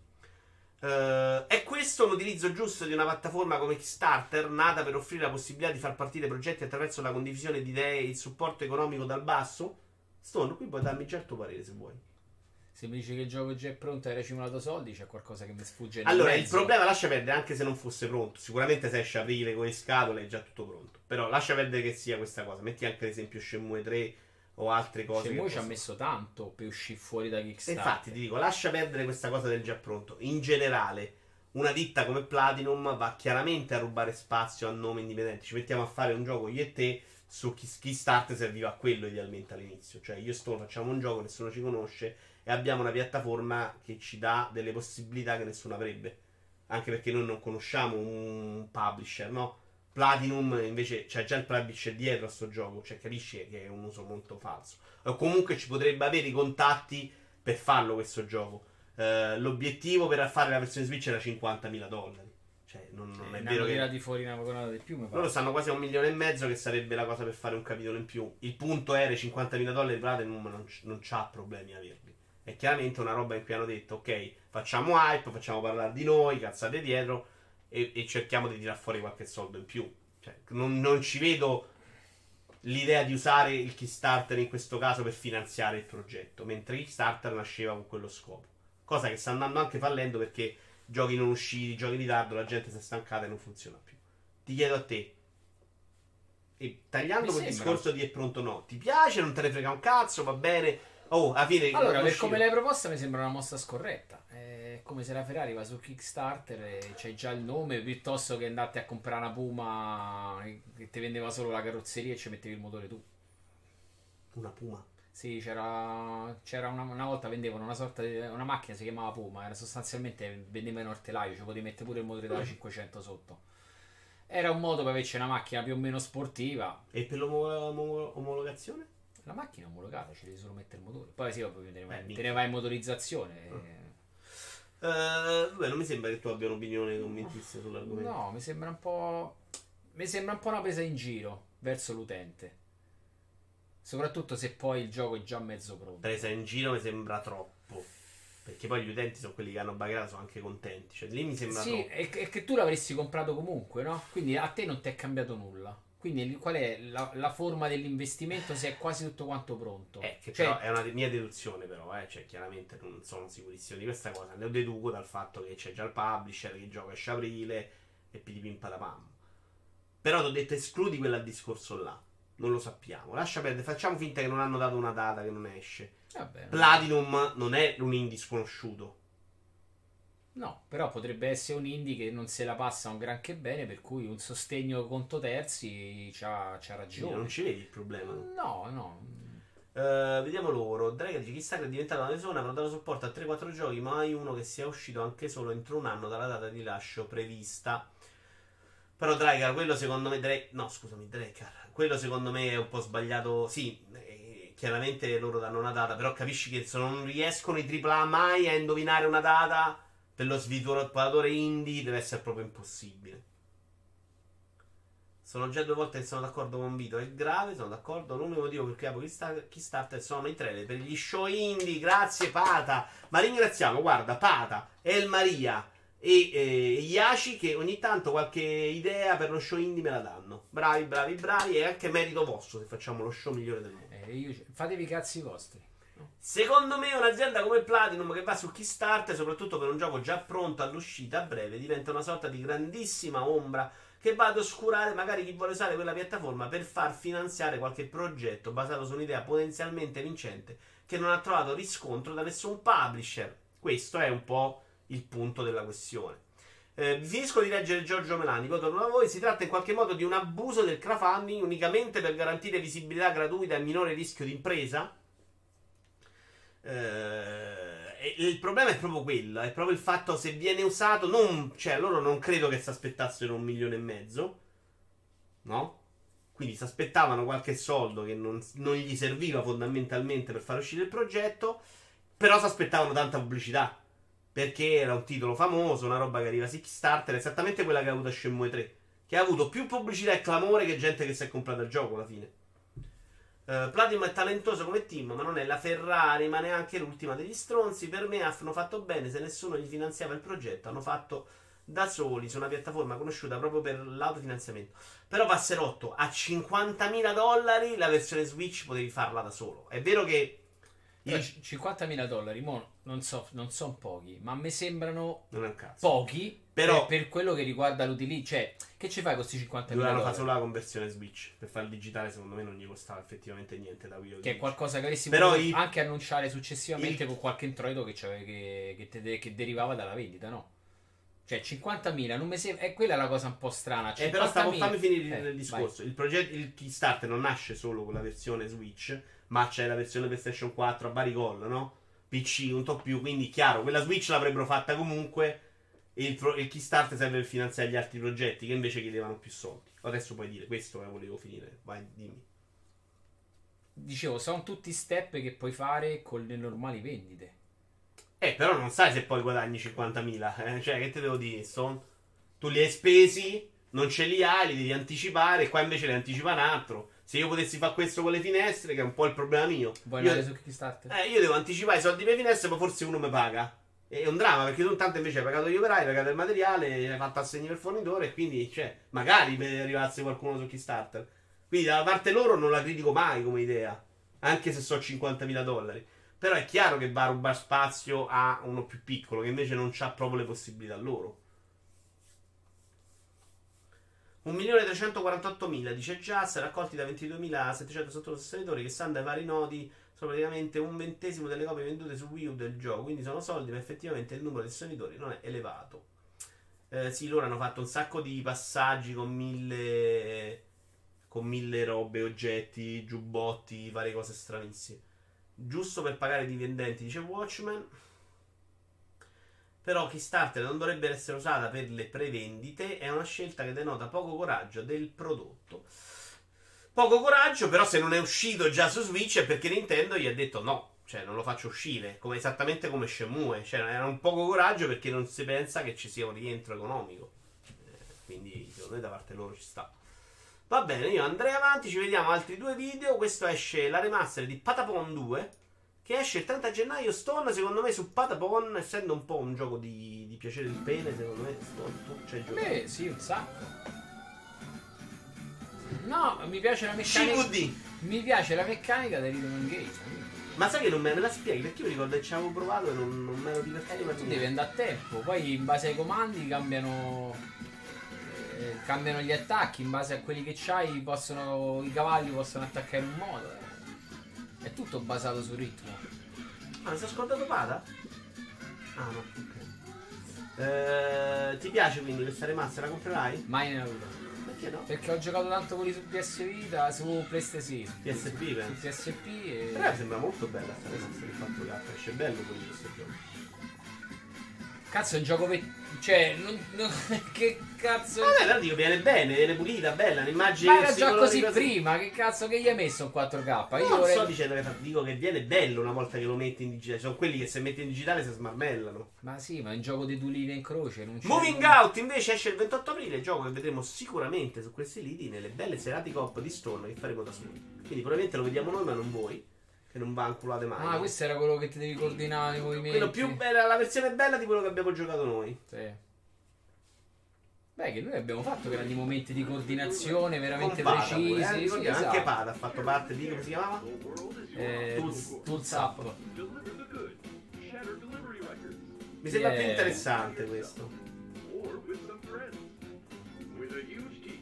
Uh, è questo l'utilizzo giusto di una piattaforma come Kickstarter, nata per offrire la possibilità di far partire progetti attraverso la condivisione di idee e il supporto economico dal basso? Stone, qui puoi darmi già il tuo parere se vuoi. Se mi dici che il gioco già è pronto e hai riciclato soldi, c'è qualcosa che mi sfugge nel Allora, mezzo. il problema lascia perdere anche se non fosse pronto. Sicuramente se esce aprile con le scatole è già tutto pronto. Però lascia perdere che sia questa cosa. Metti anche ad esempio Shenmue tre o altre cose. Shenmue che ci ha possono... messo tanto per uscire fuori da Kickstarter. Infatti ti dico, lascia perdere questa cosa del già pronto. In generale, una ditta come Platinum va chiaramente a rubare spazio a nome indipendenti. Ci mettiamo a fare un gioco io e te. Su Kickstarter serviva a quello idealmente all'inizio. Cioè io e Stone facciamo un gioco, nessuno ci conosce e abbiamo una piattaforma che ci dà delle possibilità che nessuno avrebbe, anche perché noi non conosciamo un publisher, no? Platinum invece c'è già il publisher dietro a sto gioco, cioè capisci che è un uso molto falso, o comunque ci potrebbe avere i contatti per farlo questo gioco. Uh, l'obiettivo per fare la versione Switch era cinquantamila dollari, cioè non, non eh, è ne vero hanno che tirati fuori una vagonata di più, mi pare. loro stanno quasi a un milione e mezzo, che sarebbe la cosa per fare un capitolo in più. Il punto era cinquantamila dollari, Platinum non, non c'ha problemi a averli. È chiaramente una roba in cui hanno detto ok, facciamo hype, facciamo parlare di noi, cazzate dietro e, e cerchiamo di tirar fuori qualche soldo in più. Cioè, non, non ci vedo l'idea di usare il Kickstarter in questo caso per finanziare il progetto, mentre Kickstarter nasceva con quello scopo, cosa che sta andando anche fallendo perché giochi non usciti, giochi in ritardo, la gente si è stancata e non funziona più. Ti chiedo a te, e tagliando Mi quel sembra. discorso di è pronto o no, ti piace, non te ne frega un cazzo, va bene? Oh, alla fine Allora, per uscire- come l'hai proposta mi sembra una mossa scorretta. È come se la Ferrari va su Kickstarter e c'è già il nome, piuttosto che andate a comprare una Puma che ti vendeva solo la carrozzeria e ci mettevi il motore tu. Una Puma. Sì, c'era, c'era una, una volta vendevano una sorta di una macchina, si chiamava Puma, era sostanzialmente vendeva in ortelaio, ci potevi mettere pure il motore della cinquecento sotto. Era un modo per averci una macchina più o meno sportiva. E per l'omologazione? La macchina è omologata, ci devi solo mettere il motore. Poi sì, ovvio, te ne vai, Eh, te ne vai in motorizzazione. Uh, beh, non mi sembra che tu abbia un'opinione convintissima sull'argomento. No, mi sembra un po'. Mi sembra un po' una presa in giro verso l'utente. Soprattutto se poi il gioco è già mezzo pronto. Presa in giro mi sembra troppo. Perché poi gli utenti sono quelli che hanno bagnato, sono anche contenti. Cioè, lì mi sembra Sì, troppo. è che, è che tu l'avresti comprato comunque, no? Quindi a te non ti è cambiato nulla. Quindi lì qual è la, la forma dell'investimento se è quasi tutto quanto pronto? Eh, che Cioè, però è una mia deduzione, però, eh. Cioè, chiaramente non sono sicurissimo di questa cosa. Ne deduco dal fatto che c'è già il publisher, che il gioco esce a aprile e pidipim patapam. Però ti ho detto, escludi quella discorso là. Non lo sappiamo. Lascia perdere, facciamo finta che non hanno dato una data che non esce. vabbè, Platinum non è un indie sconosciuto. no, però potrebbe essere un indie che non se la passa un granché bene, per cui un sostegno conto terzi c'ha, c'ha Quindi ragione. non ci vedi il problema. No, no. Uh, vediamo loro. Dragon dice: Kickstarter è diventata una persona per dare supporto a tre quattro giochi, mai uno che sia uscito anche solo entro un anno dalla data di rilascio prevista. Però Dragar, quello secondo me Dra- no, scusami, Dragar, quello secondo me è un po' sbagliato. Sì, eh, chiaramente loro danno una data, però capisci che se non riescono i tripla A mai a indovinare una data, per lo sviluppatore indie deve essere proprio impossibile. Sono già due volte che sono d'accordo con Vito, è grave, sono d'accordo. L'unico motivo per cui apro Kickstarter sono i trailer per gli show indie. Grazie Pata, ma ringraziamo, guarda, Pata, El Maria e eh, Iaci che ogni tanto qualche idea per lo show indie me la danno. Bravi, bravi, bravi, è anche merito vostro se facciamo lo show migliore del mondo. Eh, io, fatevi i cazzi vostri. Secondo me un'azienda come Platinum che va su Kickstarter, soprattutto per un gioco già pronto all'uscita a breve, diventa una sorta di grandissima ombra che va ad oscurare magari chi vuole usare quella piattaforma per far finanziare qualche progetto basato su un'idea potenzialmente vincente che non ha trovato riscontro da nessun publisher. Questo è un po' il punto della questione. Eh, finisco di leggere Giorgio Melani, poi torno da voi. Si tratta in qualche modo di un abuso del crowdfunding unicamente per garantire visibilità gratuita e minore rischio di impresa? Eh, e il problema è proprio quello, è proprio il fatto se viene usato, non, cioè loro non credo che si aspettassero un milione e mezzo, no? Quindi si aspettavano qualche soldo che non, non gli serviva fondamentalmente per far uscire il progetto, però si aspettavano tanta pubblicità, perché era un titolo famoso, una roba che arriva su Kickstarter, esattamente quella che ha avuto Shenmue tre, che ha avuto più pubblicità e clamore che gente che si è comprata il gioco alla fine. Uh, Platinum è talentoso come team, ma non è la Ferrari, ma neanche l'ultima degli stronzi. Per me hanno fatto bene, se nessuno gli finanziava il progetto, hanno fatto da soli su una piattaforma conosciuta proprio per l'autofinanziamento. Però Passerotto, a cinquantamila dollari la versione Switch potevi farla da solo. È vero che il... cinquantamila dollari mo non so, non sono pochi, ma mi sembrano non è un cazzo. Pochi, però per, per quello che riguarda l'utilizzo. Cioè, che ci fai con questi cinquantamila dollari? Dovevano fare solo la conversione Switch. Per fare il digitale secondo me non gli costava effettivamente niente da Wii U. Che è qualcosa che avresti però potuto il... anche annunciare successivamente il... con qualche introito che, che, che, te, che derivava dalla vendita, no? Cioè cinquantamila non mi sembra. E quella è la cosa un po' strana. Eh, però stavo fammi finire eh, il discorso. Vai. Il progetto, il Kickstarter non nasce solo con la versione Switch, ma c'è la versione PlayStation quattro a vari gol, no? P C, un po' più, quindi chiaro, quella Switch l'avrebbero fatta comunque. E il, pro, il Kickstarter serve per finanziare gli altri progetti che invece chiedevano più soldi. Adesso puoi dire questo che volevo finire. Vai, dimmi. Dicevo, sono tutti step che puoi fare con le normali vendite. Eh, però non sai se poi guadagni cinquantamila. Eh? Cioè, che te devo dire? Son... Tu li hai spesi, non ce li hai, li devi anticipare. Qua invece li anticipa un altro. Se io potessi fare questo con le finestre, che è un po' il problema mio. Vuoi io... andare su Kickstarter? Eh, io devo anticipare i soldi per le finestre, ma forse uno mi paga. È un dramma, perché tu intanto invece hai pagato gli operai, hai pagato il materiale, hai fatto assegni per fornitore, e quindi, cioè, magari arrivasse qualcuno su Kickstarter. Quindi dalla parte loro non la critico mai come idea, anche se so cinquantamila dollari. Però è chiaro che va a rubare spazio a uno più piccolo, che invece non c'ha proprio le possibilità loro. un milione trecentoquarantottomila, dice Jazz, raccolti da ventiduemilasettecento sostenitori che stanno ai vari nodi. Sono praticamente un ventesimo delle copie vendute su Wii U del gioco, quindi sono soldi, ma effettivamente il numero di sostenitori non è elevato. Eh, sì, loro hanno fatto un sacco di passaggi con mille con mille robe, oggetti, giubbotti, varie cose stranissime, giusto per pagare i dipendenti, dice Watchmen. Però Kickstarter non dovrebbe essere usata per le prevendite, è una scelta che denota poco coraggio del prodotto. Poco coraggio, però se non è uscito già su Switch è perché Nintendo gli ha detto no, cioè non lo faccio uscire, come, esattamente come Shenmue, cioè era un poco coraggio perché non si pensa che ci sia un rientro economico, eh, quindi secondo me da parte loro ci sta. Va bene, io andrei avanti, ci vediamo altri due video. Questo esce la remaster di Patapon due, che esce il trenta gennaio. Stone, secondo me, su Patapon, essendo un po' un gioco di, di piacere del pene, secondo me Stone, tu c'hai giocato. Beh, sì, un sacco. No, mi piace la meccanica. C V D. Mi piace la meccanica del rhythm and gate. Ma sai che non me la spieghi? Perché io mi ricordo che ci avevo provato e non, non me ero divertito. Eh, tu devi andare a tempo, poi in base ai comandi cambiano eh, cambiano gli attacchi, in base a quelli che c'hai possono, i cavalli possono attaccare in un modo. Eh. È tutto basato sul ritmo. Ah, mi sei scordato Pada? Ah no, ok. Eh, ti piace quindi questa remaster? La comprerai? Mai nella vita. Perché no? Perché ho giocato tanto quelli su P S Vita, su PlayStation, P S P, su, penso. su P S P e... Però sembra molto bella questa remaster di quattro K, esce bello quello questo gioco. Cazzo è un gioco ve... cioè, non, non... che cazzo... Vabbè, la dico, viene bene, viene pulita, bella, un'immagine... Ma era già così prima, che cazzo che gli hai messo un quattro K? Io non vorrei... sto dicendo che dico che viene bello una volta che lo metti in digitale. Sono quelli che se metti in digitale si smarmellano. Ma sì, ma è un gioco di due linee in croce, non c'è... Moving Out invece esce il ventotto aprile, gioco che vedremo sicuramente su questi liti nelle belle serate coop di Stone che faremo da soli. Quindi probabilmente lo vediamo noi ma non voi, che non va anculate mai. Ah, no? questo era quello che ti devi coordinare i movimenti. Quello più bella, la versione bella di quello che abbiamo giocato noi. Sì. Beh, che noi abbiamo fatto grandi momenti di coordinazione veramente Con Pada precisi. pure, eh? Sì, Ricordiamo, esatto. anche Pada ha fatto parte di, come si chiamava? Eh, Tools- Tools Up. Mi sembra Yeah. più interessante questo.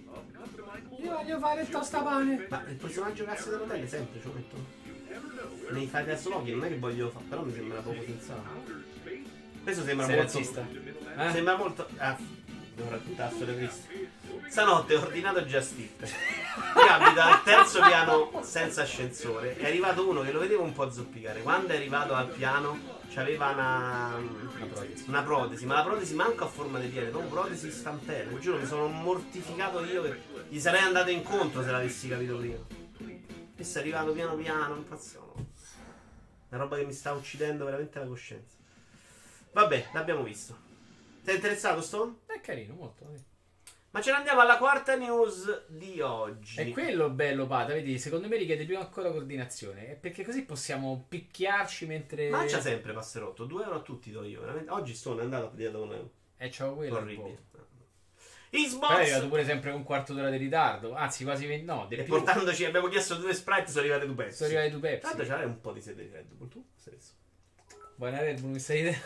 Io voglio fare il tostapane. Ma il personaggio classe dell'hotel sempre ce lo mettono? nei fai traslochi non è che voglio fare, però mi sembra poco sensato. Questo sembra Sei molto. razzista? Eh? Sembra molto. Ah, dovrà un tasto di Cristo. Stanotte ho ordinato Just Eat. Io abito al terzo piano senza ascensore. È arrivato uno che lo vedevo un po' zoppicare. Quando è arrivato al piano c'aveva una, Una protesi. una protesi, ma la protesi manco a forma di piede, proprio protesi stampella. Giuro, mi sono mortificato io che gli sarei andato incontro se l'avessi capito prima. Questo è arrivato piano piano, impazziamo. Una roba che mi sta uccidendo veramente la coscienza. Vabbè, l'abbiamo visto. Sei interessato, Stone? È carino, molto. Sì. Ma ce ne andiamo alla quarta news di oggi. È quello bello, Pata, vedi, secondo me richiede più ancora coordinazione, è perché così possiamo picchiarci mentre... Ma c'ha sempre passerotto, due euro a tutti do io, veramente. Oggi Stone è andato a pedire da un euro. E c'ho quello un Orribile. po'. Xbox! Poi è arrivato pure sempre con un quarto d'ora di ritardo, anzi quasi venti, no, di E più. portandoci, abbiamo chiesto due Sprite, sono arrivate due Pepsi. Sono arrivati due Pepsi. Tanto c'hai un po' di sede di Red Bull, tu? Stesso. Buona Red Bull, mi stai dicendo?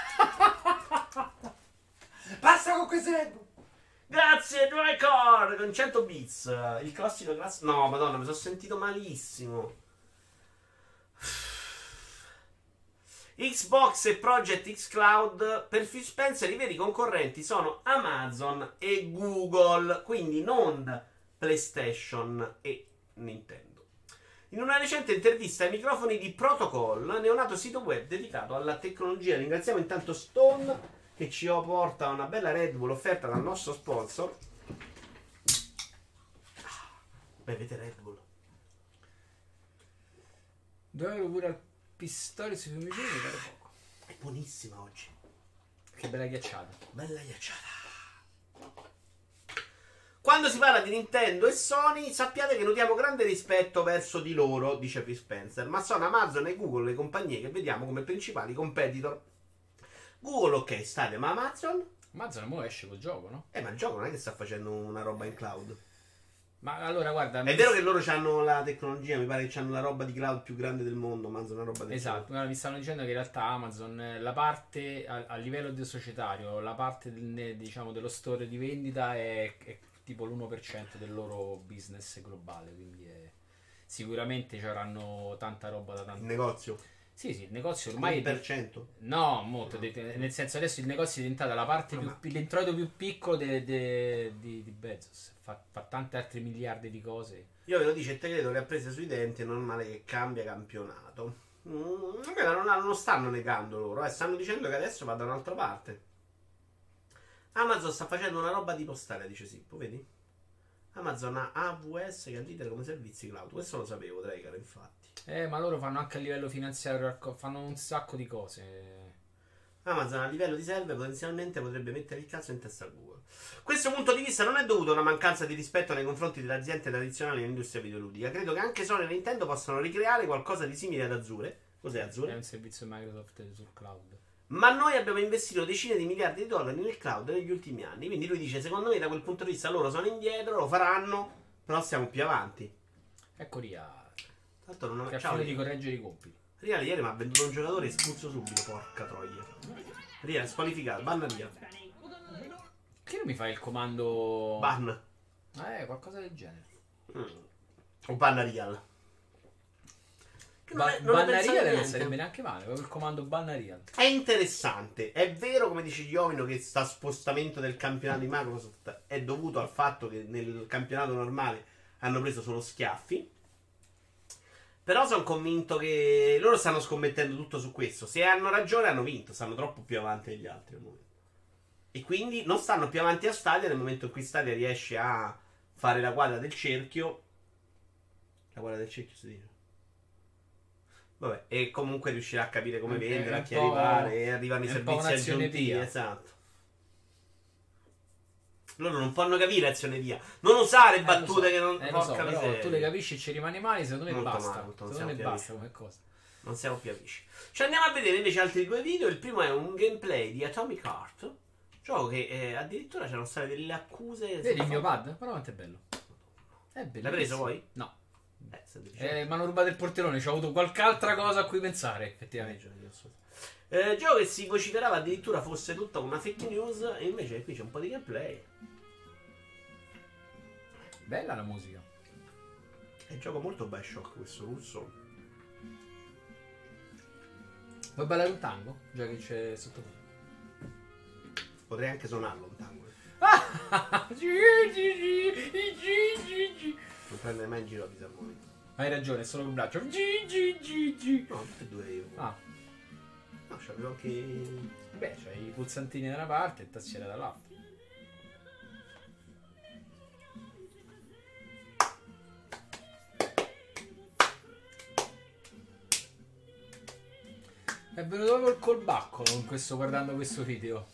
Passa con queste Red Bull! Grazie, Drycore, con cento bits. Il classico classico... No, madonna, mi sono sentito malissimo. Xbox e Project X Cloud. Per Phil Spencer i veri concorrenti sono Amazon e Google, quindi non PlayStation e Nintendo. In una recente intervista ai microfoni di Protocol, neonato sito web dedicato alla tecnologia, ringraziamo intanto Stone che ci porta una bella Red Bull offerta dal nostro sponsor. Bevete Red Bull. due euro pure al Pistorius sui fiumicini, mi pare poco. È buonissima oggi. Che bella ghiacciata. Bella ghiacciata. Quando si parla di Nintendo e Sony, sappiate che nutriamo grande rispetto verso di loro, dice Phil Spencer, ma sono Amazon e Google le compagnie che vediamo come principali competitor. Google, ok, Stadia, ma Amazon? Amazon mo esce col gioco, no? Eh, ma il gioco non è che sta facendo una roba in cloud. Ma allora, guarda... È vero che loro hanno la tecnologia, mi pare che hanno la roba di cloud più grande del mondo, Amazon è una roba del Esatto, allora, mi stanno dicendo che in realtà Amazon, la parte a, a livello di societario, la parte del, diciamo, dello store di vendita è, è tipo l'uno per cento del loro business globale, quindi è, sicuramente ci avranno tanta roba da tanto. Il negozio? Sì, sì, il negozio ormai... un per cento? No, molto, nel senso adesso il negozio è diventata la parte più, l'introito più piccolo de, de, di, di Bezos, fa, fa tante altre miliardi di cose. Io ve lo dico, e te credo, le ha prese sui denti, è normale che cambia campionato. Mm, non, non stanno negando loro, eh, stanno dicendo che adesso va da un'altra parte. Amazon sta facendo una roba tipo Stadia, dice Sippo, vedi? Amazon ha A W S che è il leader come servizi cloud, questo lo sapevo, Draker, infatti. Eh, ma loro fanno anche a livello finanziario, fanno un sacco di cose. Amazon a livello di server potenzialmente potrebbe mettere il cazzo in testa a Google. Questo punto di vista non è dovuto a una mancanza di rispetto nei confronti delle aziende tradizionali nell'industria videoludica. Credo che anche Sony e Nintendo possano ricreare qualcosa di simile ad Azure. Cos'è Azure? È un servizio Microsoft sul cloud. Ma noi abbiamo investito decine di miliardi di dollari nel cloud negli ultimi anni. Quindi lui dice, secondo me da quel punto di vista loro sono indietro, lo faranno, però siamo più avanti. Ecco Ria, Tanto non ho... che ha Ciao, finito di Ria. correggere i compiti. Ria ieri mi ha venduto un giocatore, espulso subito, porca troia. Ria è squalificato, banna Ria. Perché non mi fai il comando... Ban. Eh, qualcosa del genere. Mm. O banna Real. Che non Ba- è- non è pensato Bannaria non niente. sarebbe neanche male, proprio il comando Bannaria. È interessante. È vero, come dice Giovino, che sta spostamento del campionato di Microsoft è dovuto al fatto che nel campionato normale hanno preso solo schiaffi. Però sono convinto che loro stanno scommettendo tutto su questo. Se hanno ragione, hanno vinto. Stanno troppo più avanti degli altri al momento. E quindi non stanno più avanti a Stadia nel momento in cui Stadia riesce a fare la quadra del cerchio. La quadra del cerchio si dice. Vabbè, e comunque riuscirà a capire come È- vendere, è a un chi po'- arrivare, e arrivano i è un po' servizi un'azione aggiuntivi. via. Esatto. Loro non possono capire azione via. Non usare Eh, lo battute so, che non... eh, lo so, porca però miseria. tu le capisci e ci rimani male, secondo me Molto basta. male, molto, non secondo me siamo basta più come cosa. Non siamo più amici. Ci andiamo a vedere invece altri due video. Il primo è un gameplay di Atomic Heart. Gioco che eh, addirittura c'erano state delle accuse. Vedi il mio pad? Ma quanto è bello. È bello. L'hai preso poi? No. Eh, stai dicendo. Eh, mi hanno rubato il portellone, ci ho avuto qualche altra cosa a cui pensare, effettivamente. Eh, gioco che si vociferava addirittura fosse tutta una fake news. E invece qui c'è un po' di gameplay. Bella la musica. È un gioco molto Bioshock questo russo. Vuoi ballare un tango? Già che c'è sottofondo. Potrei anche suonarlo un tango. Non prende mai in giro la fisarmonica. Hai ragione, è solo un braccio. No, tutte e due io. Ah. No, c'avevo anche. Beh, c'hai i pulsantini da una parte e tastiera dall'altra. È venuto proprio il colbacco con questo, guardando questo video.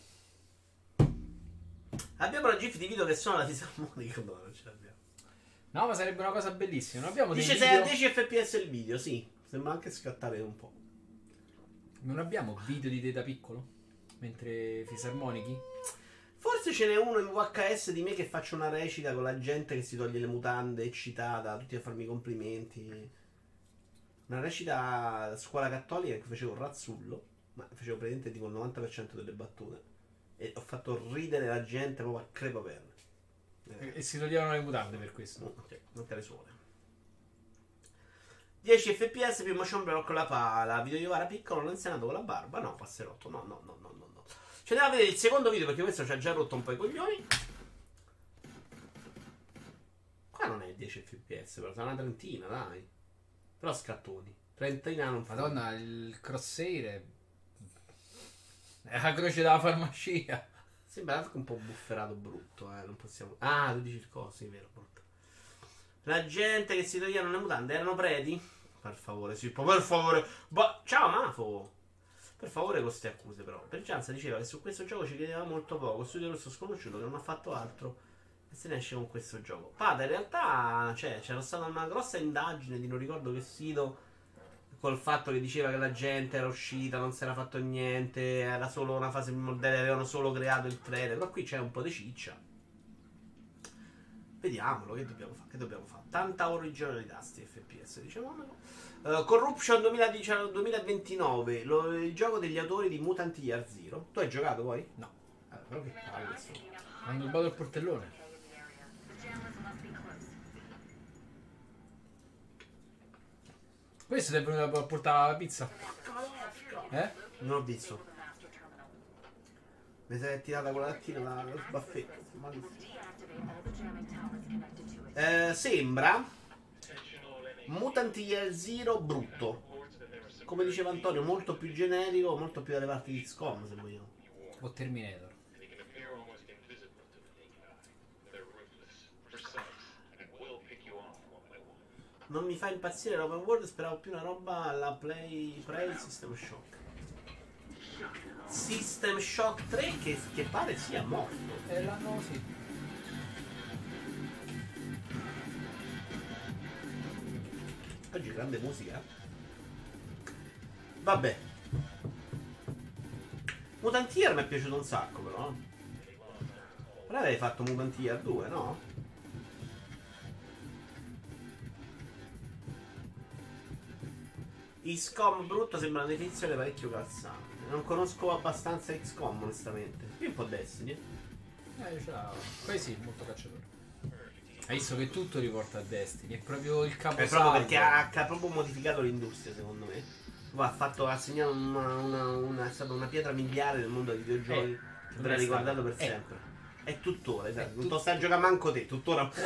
Abbiamo la gif di video che suona la fisarmonica. No, non ce l'abbiamo. No, ma sarebbe una cosa bellissima. Non abbiamo dei Dice video... sei a dieci F P S il video, sì. Sembra anche scattare un po'. Non abbiamo video di te da piccolo? Mentre fisarmonichi? Forse ce n'è uno in V H S di me che faccio una recita con la gente che si toglie le mutande eccitata, tutti a farmi i complimenti. Una recita a scuola cattolica che facevo un razzullo, ma facevo praticamente tipo il novanta per cento delle battute. E ho fatto ridere la gente proprio a crepapelle. E, e si toglievano le mutande per questo. No, ok, non te le suole. dieci F P S più motion blur con la pala. Video Iovara piccolo, l'anzianato con la barba. No, passerotto. No, no, no, no, no, no. Ci andiamo a vedere il secondo video perché questo ci ha già rotto un po' i coglioni. Qua non è dieci F P S, però, sarà una trentina, dai. Però scattoni. Trentina non fa. Madonna, il crosshair è... è la croce della farmacia. Sembra anche un po' bufferato brutto, eh. Non possiamo. Ah, tu dici il coso, sì, vero, brutto. La gente che si toglievano le mutande erano preti? Per favore, sì, per favore. Ba- Ciao Mafo. Per favore con queste accuse però. Percianza diceva che su questo gioco ci chiedeva molto poco. Studio Rosso sconosciuto che non ha fatto altro e se ne esce con questo gioco. Pada in realtà, cioè, c'era stata una grossa indagine di non ricordo che sito, col fatto che diceva che la gente era uscita, non si era fatto niente, era solo una fase modello, avevano solo creato il trailer. Però qui c'è un po' di ciccia. Vediamolo, che dobbiamo fare? Che dobbiamo fare? Tanta originalità sti F P S, diciamolo. Uh, Corruption duemiladiciannove duemilaventinove, lo, il gioco degli autori di Mutant Year Zero. Tu hai giocato poi? No. Allora, però che palle questo. Hanno rubato il portellone. Questo ti è venuto a portare la pizza? Eh? Non ho visto. Mi sei tirata con la lattina la, la sbaffetta. Malissimo. Eh, sembra Mutant Year Zero brutto. Come diceva Antonio, molto più generico, molto più dalle parti di X COM, se vogliamo. O Terminator. Non mi fa impazzire l'open world, speravo più una roba alla Play Prey System Shock. System Shock tre che, che pare sia morto. Eh, l'hanno sì. Oggi grande musica. Vabbè. Mutant Year mi è piaciuto un sacco però. Però avevi fatto Mutant Year due, no? X COM brutto sembra una definizione parecchio calzante. Non conosco abbastanza X COM onestamente. Più un po' Destiny. Eh, ciao. Poi sì, molto cacciatore. Hai visto che tutto riporta a Destiny, è proprio il capo. È proprio perché ha, ha proprio modificato l'industria, secondo me. Ha fatto, ha segnato una, una, una, è stata una pietra miliare nel mondo dei videogiochi. Eh, verrà ricordato per eh. sempre. È tuttora, esatto. È Non tut- te lo stai a giocare manco te, tuttora puoi.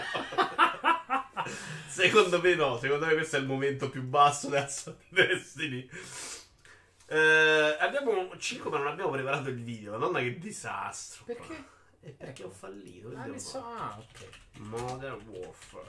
Secondo me no, secondo me questo è il momento più basso della storia di Destiny. Eh, abbiamo cinque ma non abbiamo preparato il video. Madonna che disastro. Perché? È perché ho fallito. Che Ah, devo messo... fare? ah, ok. Modern Warfare.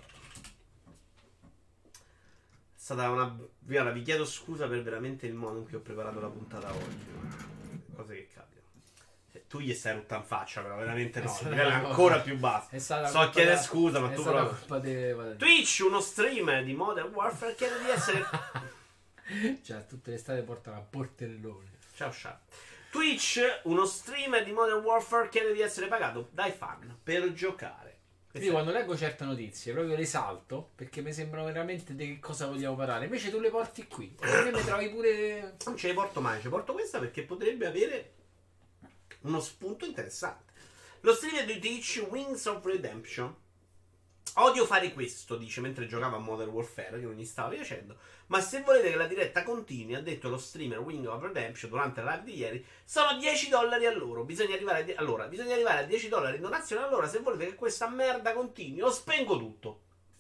È stata una... Guarda, vi chiedo scusa per veramente il modo in cui ho preparato la puntata oggi. Cose che capitano. Cioè, tu gli stai rutta in faccia, però veramente no. Il livello è ancora più basso. È stata So a colpa chiedere da- scusa, ma è tu stata proprio... colpa de- Twitch, uno streamer di Modern Warfare, chiede di essere... Cioè, tutte le strade portano a Portellone. Ciao Sha. Twitch, uno streamer di Modern Warfare, chiede di essere pagato dai fan per giocare. Quindi quando leggo certe notizie proprio le salto perché mi sembrano veramente di che cosa vogliamo parlare. Invece tu le porti qui e a me mi trovi pure... Non ce le porto mai, ce le porto questa perché potrebbe avere uno spunto interessante. Lo streamer di Twitch, Wings of Redemption, Odio fare questo, dice, mentre giocava a Modern Warfare, che non gli stava piacendo. Ma se volete che la diretta continui, ha detto lo streamer Wing of Redemption durante la live di ieri, sono dieci dollari all'ora. Bisogna arrivare a, die- allora, bisogna arrivare a dieci dollari in donazione all'ora se volete che questa merda continui. O spengo tutto.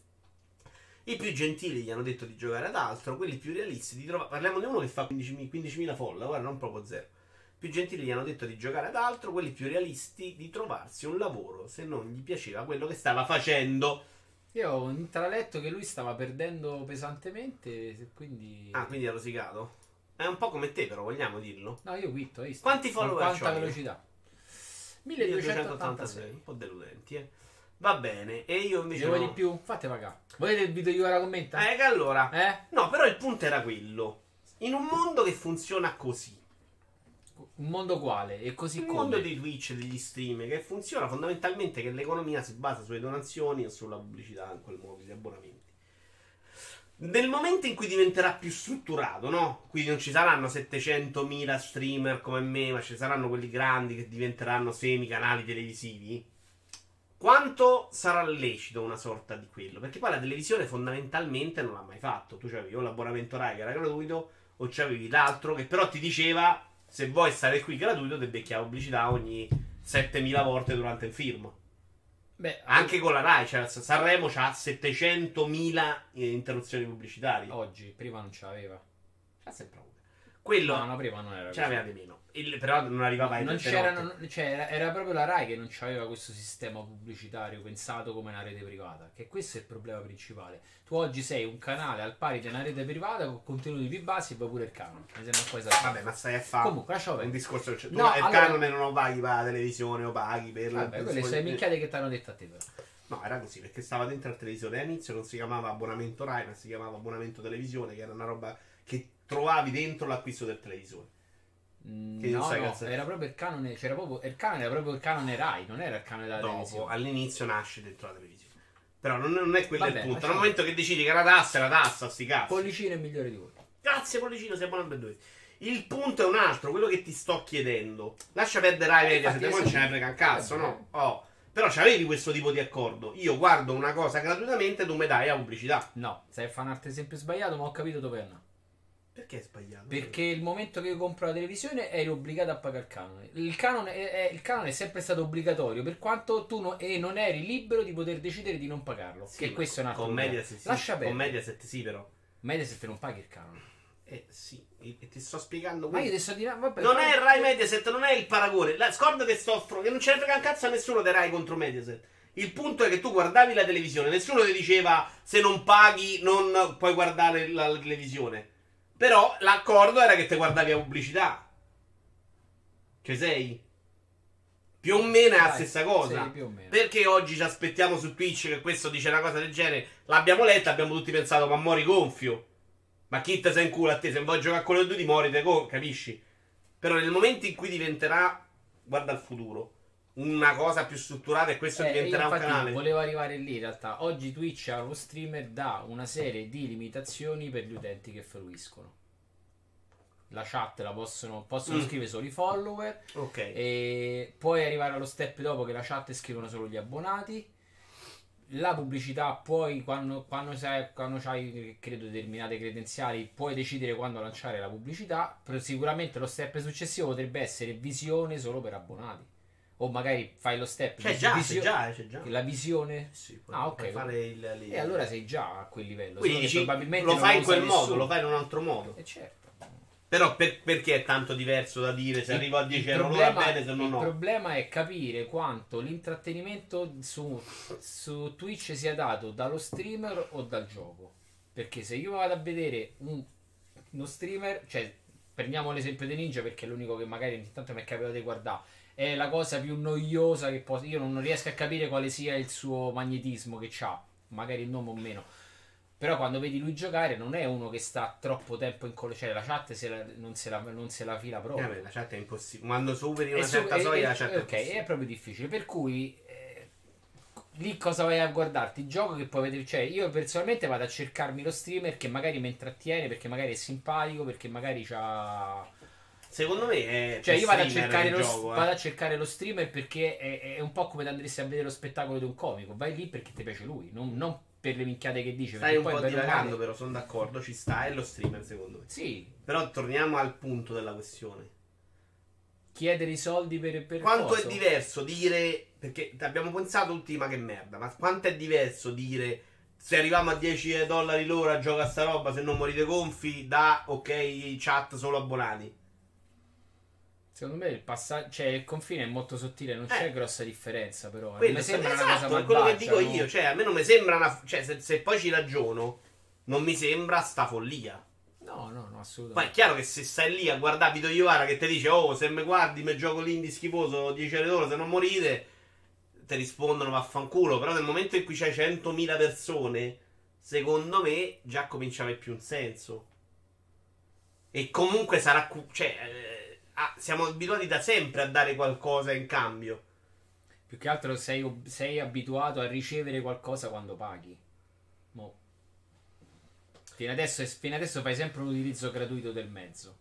I più gentili gli hanno detto di giocare ad altro, quelli più realisti di trovare. Parliamo di uno che fa quindicimila follower, guarda, non proprio zero. Più gentili gli hanno detto di giocare ad altro, quelli più realisti di trovarsi un lavoro se non gli piaceva quello che stava facendo. Io ho intraletto che lui stava perdendo pesantemente, quindi... Ah, quindi ha rosicato? È un po' come te, però, vogliamo dirlo? No, io quitto, hai visto? Quanti follower Con quanta c'hai? velocità? milleduecentottantasei. Un po' deludenti, eh. Va bene, e io invece Ne vuoi no. di più? Fate pagare. Volete il video di ora commenta? Eh, che allora... Eh? No, però il punto era quello. In un mondo che funziona così, Un mondo quale? E così il come? mondo di Twitch, degli stream, che funziona fondamentalmente che l'economia si basa sulle donazioni e sulla pubblicità, in quel modo, gli abbonamenti. Nel momento in cui diventerà più strutturato, no? Quindi non ci saranno settecentomila streamer come me, ma ci saranno quelli grandi che diventeranno semi-canali televisivi. Quanto sarà lecito una sorta di quello? Perché poi la televisione fondamentalmente non l'ha mai fatto. Tu c'avevi o l'abbonamento Rai che era gratuito, o c'avevi l'altro che però ti diceva: se vuoi stare qui gratuito, ti becchi la pubblicità ogni settemila volte durante il film. Beh, Anche con la Rai, cioè Sanremo c'ha settecentomila interruzioni pubblicitarie. oggi, prima non ce l'aveva. C'ha sempre avuto. Quello No, no, prima non era ce così. l'aveva di meno. Il- però non arrivava ai Non tutte c'erano, notte. cioè, era, era proprio la Rai che non aveva questo sistema pubblicitario pensato come una rete privata. Che questo è il problema principale. Tu oggi sei un canale al pari di una rete privata con contenuti più bassi e poi pure il canone. Mi sembra quasi Vabbè, ma stai a fare Comunque, lasciamo un perdere. discorso. Cioè, tu No, il allora- canone non lo paghi per la televisione, o paghi per la Vabbè, quelle sono le minchiate che ti hanno detto a te però. No, era così, perché stava dentro al televisore. All'inizio non si chiamava abbonamento Rai, ma si chiamava abbonamento televisione, che era una roba che trovavi dentro l'acquisto del televisore. Mm, Che non no, sai no, cazzo è. era proprio il canone, c'era proprio, il canone era proprio il canone Rai, non era il canone della Dopo, televisione. all'inizio nasce dentro la televisione. Però non, non è quello Vabbè, il punto. lasciamo- Nel momento che decidi che è una tassa, è una tassa, sti cazzi. Pollicino è migliore di voi. Grazie Pollicino, sei buono per due. Il punto è un altro, quello che ti sto chiedendo. Lascia perdere Rai Media, se infatti, poi non ce ne frega un cazzo, eh, no? Oh. Però c'avevi questo tipo di accordo. Io guardo una cosa gratuitamente, tu mi dai la pubblicità. No, stai a fare un altro esempio sbagliato, ma ho capito dove andare. Perché è sbagliato? Perché il momento che io compro la televisione eri obbligato a pagare il canone. Il canone è, è- il canone è sempre stato obbligatorio, per quanto tu no- e non eri libero di poter decidere di non pagarlo. Sì, che ma questo è un altro con problema. Mediaset sì. Lascia Con perdere. Mediaset sì, però. Mediaset non paghi il canone. Eh sì, e e ti sto spiegando Ma io questo. adesso dire, vabbè, Non poi- è Rai Mediaset, non è il paragone. La, scorda che sto offro, che non ce ne frega un cazzo a nessuno di Rai contro Mediaset. Il punto è che tu guardavi la televisione, nessuno ti diceva se non paghi non puoi guardare la, la televisione. Però l'accordo era che te guardavi la pubblicità. Ci sei? Più o meno è la Dai, stessa cosa. sì, più o meno. Perché oggi ci aspettiamo su Twitch che questo dice una cosa del genere? L'abbiamo letta, abbiamo tutti pensato, ma mori gonfio. Ma chi te sei in culo a te? Se vuoi giocare con le due, mori te con, capisci? Però nel momento in cui diventerà, guarda il futuro, una cosa più strutturata e questo Eh, diventerà io un infatti canale. volevo arrivare lì in realtà. Oggi Twitch allo streamer dà una serie di limitazioni per gli utenti che fruiscono. La chat la possono, possono Mm. scrivere solo i follower. Ok. E puoi arrivare allo step dopo che la chat scrivono solo gli abbonati. La pubblicità puoi, quando, quando, sai, quando hai credo determinate credenziali, puoi decidere quando lanciare la pubblicità. Però sicuramente lo step successivo potrebbe essere visione solo per abbonati. O magari fai lo step C'è di già, visio- c'è già, c'è già. la visione. Sì, puoi- Ah, ok. puoi fare il, il- E allora sei già a quel livello. Quindi solo che dici, probabilmente lo non fai in usa quel modo, nessuno. lo fai in un altro modo. E certo. Però per- perché è tanto diverso da dire se Il- arrivo a dieci il euro l'ora problema- bene, se non il no. problema è capire quanto l'intrattenimento su, su Twitch sia dato dallo streamer o dal gioco. Perché se io vado a vedere un- uno streamer, cioè prendiamo l'esempio di Ninja perché è l'unico che magari ogni tanto mi è capitato di guardare, è la cosa più noiosa che posso. Io non riesco a capire quale sia il suo magnetismo che c'ha, magari il nome o meno. Però quando vedi lui giocare non è uno che sta troppo tempo in collo, cioè la chat se la- non, se la, non se la fila Eh, proprio. vabbè, la chat è impossibile. Quando superi È una su- certa è- soglia, è- la chat è ok, impossibile. è proprio difficile. Per cui eh, lì cosa vai a guardarti? Il gioco che puoi vedere. Cioè, io personalmente vado a cercarmi lo streamer che magari mi intrattiene, perché magari è simpatico, perché magari c'ha. Secondo me è Cioè, io vado a, streamer cercare il lo, gioco, eh. vado a cercare lo streamer perché è, è un po' come andresti a vedere lo spettacolo di un comico. Vai lì perché ti piace lui, non, non per le minchiate che dice. Stai un poi po' bene o divagando, male- però sono d'accordo, ci sta, è lo streamer secondo me. Sì, Però torniamo al punto della questione. chiedere i soldi per, per Quanto coso. è diverso dire, perché abbiamo pensato tutti ma che merda, ma quanto è diverso dire se arriviamo a dieci dollari l'ora gioca sta roba se non morite gonfi da ok chat solo abbonati. Secondo me il passaggio, cioè il confine è molto sottile, non c'è Eh. grossa differenza però. Non Quello mi sembra sembra una esatto, cosa è quello che malvagia, dico no? io, cioè a me non mi sembra una, cioè se, se poi ci ragiono non mi sembra sta follia. No, no, no, Poi è assolutamente. chiaro che se stai lì a guardare Vito Iovara che ti dice oh se mi guardi mi gioco l'indie schifoso dieci euro d'ora se non morite, ti rispondono vaffanculo. Però nel momento in cui c'hai centomila persone, secondo me già comincia a avere più un senso. E comunque sarà cu- cioè eh, ah, siamo abituati da sempre a dare qualcosa in cambio. Più che altro sei, ob- sei abituato a ricevere qualcosa quando paghi. Mo. Fino adesso, fino adesso fai sempre un utilizzo gratuito del mezzo.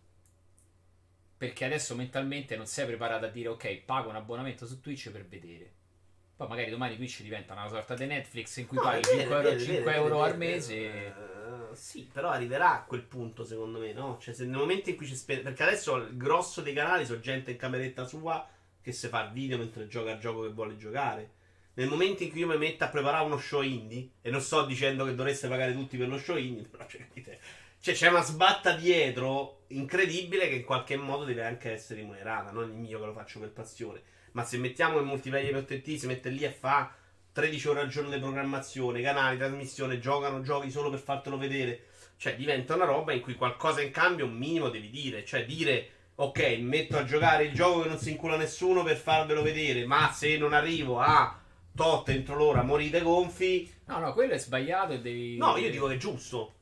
Perché adesso mentalmente non sei preparato a dire ok, pago un abbonamento su Twitch per vedere. Poi magari domani Twitch diventa una sorta di Netflix in cui No, paghi è vero, cinque è euro, vero, è cinque vero, euro è al vero, è mese. vero. Eh, sì, però arriverà a quel punto, secondo me, no? Cioè, se nel momento in cui ci spende. Perché adesso il grosso dei canali sono gente in cameretta sua che si fa il video mentre gioca al gioco che vuole giocare. Nel momento in cui io mi metto a preparare uno show indie, e non sto dicendo che dovreste pagare tutti per lo show indie, però cioè, capite? Cioè, c'è una sbatta dietro incredibile che in qualche modo deve anche essere remunerata. Non il mio che lo faccio per passione. Ma se mettiamo il multiplayer per T T, si mette lì e fa tredici ore al giorno di programmazione, canali, trasmissione, giocano giochi solo per fartelo vedere. Cioè, diventa una roba in cui qualcosa in cambio un minimo devi dire. Cioè, dire, ok, metto a giocare il gioco che non si incula nessuno per farvelo vedere, ma se non arrivo a tot entro l'ora morite gonfi. No, no, quello è sbagliato e devi... No, io dico che è giusto.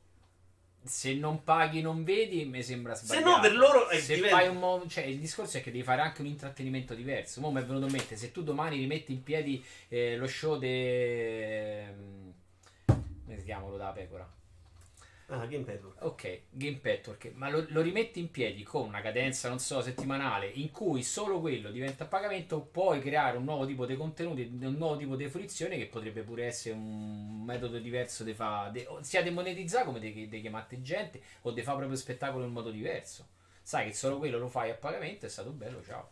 Se non paghi non vedi mi sembra sbagliato. Se no per loro è se diventa- fai un mo- cioè il discorso è che devi fare anche un intrattenimento diverso. Mo' mi è venuto in mente, se tu domani rimetti in piedi eh, lo show de come si chiama quello della pecora? Ah, Game Paper. Ok, Game Patchwork, ma lo, lo rimetti in piedi con una cadenza, non so, settimanale, in cui solo quello diventa a pagamento, puoi creare un nuovo tipo di contenuti, un nuovo tipo di fruizione che potrebbe pure essere un metodo diverso di fa, de, sia di monetizzare come di chiamare gente o di fare proprio spettacolo in modo diverso. Sai che solo quello lo fai a pagamento, è stato bello, ciao.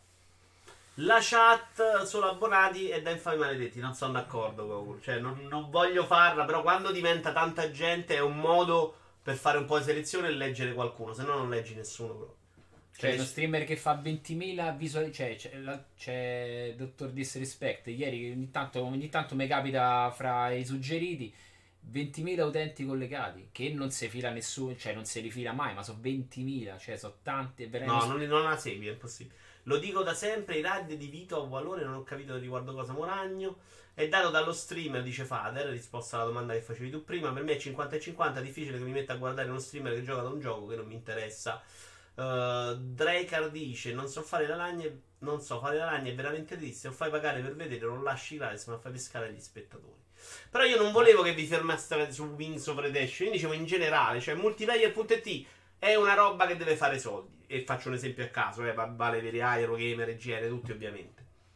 La chat solo abbonati è da infami maledetti, non sono d'accordo con cioè non, non voglio farla, però quando diventa tanta gente è un modo per fare un po' di selezione e leggere qualcuno, se no non leggi nessuno proprio. Cioè, uno streamer che fa ventimila visuali, cioè c'è, la- c'è Dottor Disrespect ieri che ogni tanto, ogni tanto mi capita fra i suggeriti ventimila utenti collegati che non si fila nessuno, cioè non si rifila mai, ma sono ventimila, cioè sono tanti, è No, veramente non, non la segui, è impossibile. Lo dico da sempre, i raid di Vito a valore, non ho capito riguardo cosa Moragno. È dato dallo streamer, dice Fader, risposta alla domanda che facevi tu prima. Per me è cinquanta e cinquanta, è difficile che mi metta a guardare uno streamer che gioca da un gioco che non mi interessa. Uh, Draker dice, non so fare la lagna, non so fare la lagna, è veramente triste. Se non fai pagare per vedere, non lasci gratis, ma fai pescare gli spettatori. Però io non volevo che vi fermaste su Wings of Redemption, io dicevo in generale, cioè multiplayer punto it è una roba che deve fare soldi. E faccio un esempio a caso, eh, vale per Aero, Gamer, E G R, tutti ovviamente.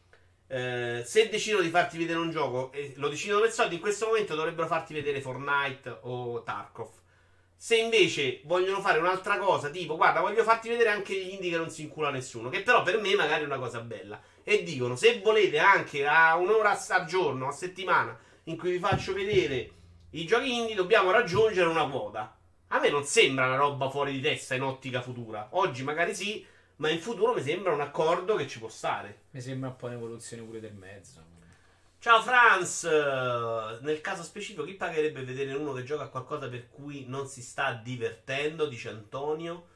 Eh, se decidono di farti vedere un gioco e lo decidono per soldi, in questo momento dovrebbero farti vedere Fortnite o Tarkov. Se invece vogliono fare un'altra cosa, tipo, guarda, voglio farti vedere anche gli indie che non si incula nessuno, che però per me magari è una cosa bella. E dicono, se volete anche a un'ora al giorno, a settimana, in cui vi faccio vedere i giochi indie, dobbiamo raggiungere una quota. A me non sembra una roba fuori di testa in ottica futura. Oggi magari sì, ma in futuro mi sembra un accordo che ci può stare. mi sembra un po' un'evoluzione pure del mezzo. Ciao Franz, nel caso specifico chi pagherebbe vedere uno che gioca a qualcosa per cui non si sta divertendo, dice Antonio.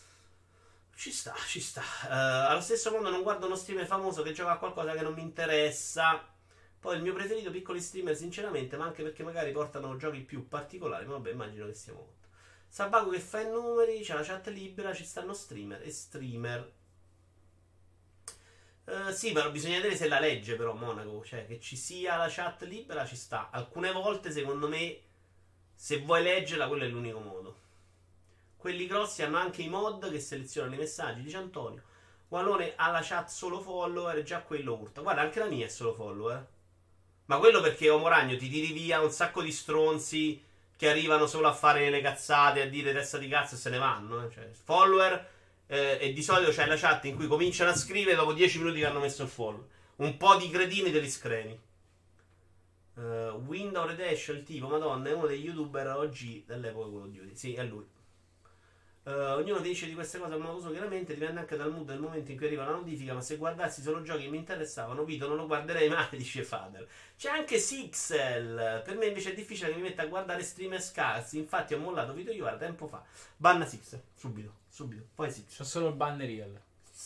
Ci sta, ci sta. Uh, allo stesso modo non guardo uno streamer famoso che gioca a qualcosa che non mi interessa. Poi il mio preferito piccoli streamer sinceramente, ma anche perché magari portano giochi più particolari, ma vabbè immagino che siamo molto. Sabaku che fa i numeri, c'è la chat libera, ci stanno streamer e streamer. Uh, sì, però bisogna vedere se la legge però Monaco, cioè che ci sia la chat libera ci sta. Alcune volte secondo me se vuoi leggerla quello è l'unico modo. Quelli grossi hanno anche i mod che selezionano i messaggi, dice Antonio. Qualora ha la chat solo follower, già quello urta. Guarda, anche la mia è solo follower. Ma quello perché Omo Ragno ti tiri via un sacco di stronzi che arrivano solo a fare le cazzate, a dire testa di cazzo e se ne vanno. Eh. Cioè, follower, eh, e di solito c'è la chat in cui cominciano a scrivere dopo dieci minuti che hanno messo il follow. Un po' di cretini te li screni. Uh, Window Redash, il tipo, madonna, è uno degli youtuber O G dell'epoca Call of Duty. Sì, è lui. Uh, ognuno dice di queste cose a modo suo, chiaramente dipende anche dal mood del momento in cui arriva la notifica, ma se guardassi solo giochi che mi interessavano, Vito, non lo guarderei mai, dice Fader. C'è anche Sixel, per me invece è difficile che mi metta a guardare streamer scarsi, infatti ho mollato Vito Iovara tempo fa. Banna Sixel, subito, subito, poi Sixel. C'ho solo il banner real.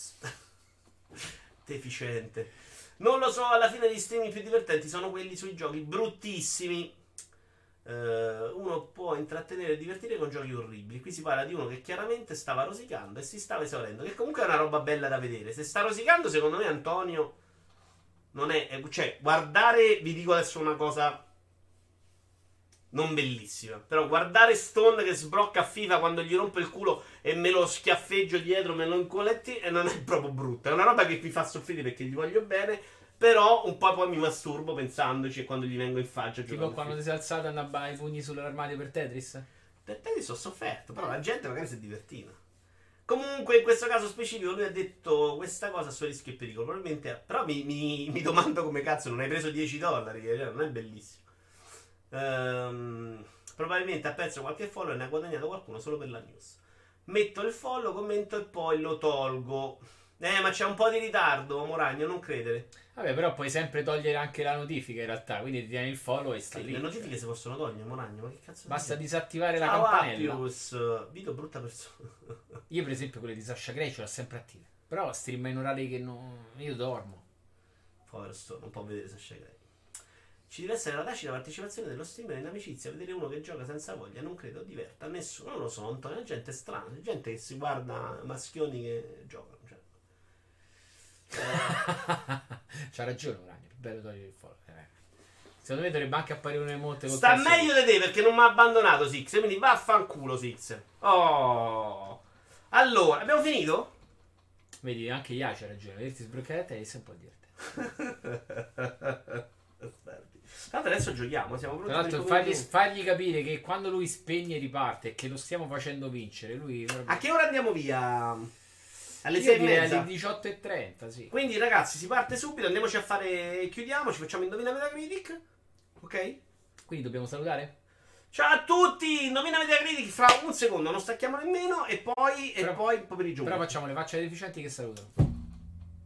Deficiente. Non lo so, alla fine gli streaming più divertenti sono quelli sui giochi bruttissimi. Uh, uno può intrattenere e divertire con giochi orribili. Qui si parla di uno che chiaramente stava rosicando e si stava esaurendo, che comunque è una roba bella da vedere. Se sta rosicando, secondo me Antonio non è, cioè, guardare, vi dico adesso una cosa non bellissima, però guardare Stone che sbrocca a FIFA quando gli rompe il culo e me lo schiaffeggio dietro, me lo incoletti, e non è proprio brutta. È una roba che mi fa soffrire perché gli voglio bene, però un po' poi mi masturbo pensandoci e quando gli vengo in faccia. Tipo quando ti sei alzato e andava i pugni sull'armadio per Tetris? Per Tetris ho sofferto, però la gente magari si è divertita. Comunque in questo caso specifico lui ha detto questa cosa a suo rischio e pericolo. Probabilmente, però mi, mi, mi domando come cazzo non hai preso dieci dollari, che non è bellissimo. Ehm, probabilmente ha perso qualche follow e ne ha guadagnato qualcuno solo per la news. Metto il follow, commento e poi lo tolgo. Eh, ma c'è un po' di ritardo, Moragno, non credere. Vabbè, però puoi sempre togliere anche la notifica in realtà, quindi ti tieni il follow e sta Sì, lì. le notifiche cioè. si possono togliere, Moragno, ma che cazzo Basta dici? disattivare la Ciao, campanella. Appius. Vito brutta persona. Io per esempio quelle di Sasha Grey ce l'ho sempre attive. Però stream in orari che non... io dormo. Povero sto, non può vedere Sasha Grey. Ci deve essere la tacita partecipazione dello streamer in amicizia. Vedere uno che gioca senza voglia non credo diverta nessuno. Non lo so, Antonio, è gente strana, è gente che si guarda maschioni che giocano. Cioè. C'ha ragione Uragno, più bello togliere il follow. Eh. Secondo me dovrebbe anche apparire un emote col Sta cazzo meglio di te perché non mi ha abbandonato Six, quindi vaffanculo Six. Oh. Allora, abbiamo finito? Vedi, anche Ia c'ha ragione, vederti sbloccare te e sei un po' divertente. Tanto adesso giochiamo, siamo pronti. Tra l'altro per il fagli, commento. fagli capire che quando lui spegne e riparte e che lo stiamo facendo vincere, lui... A che ora andiamo via? Alle Io sei e direi mezza? alle diciotto e trenta, sì. Quindi ragazzi si parte subito, andiamoci a fare, chiudiamoci, facciamo Indovina Metacritic. Ok? Quindi dobbiamo salutare? Ciao a tutti, Indovina Metacritic fra un secondo, non stacchiamo nemmeno e poi, Però- e poi il pomeriggio. Però facciamo le facce deficienti che salutano.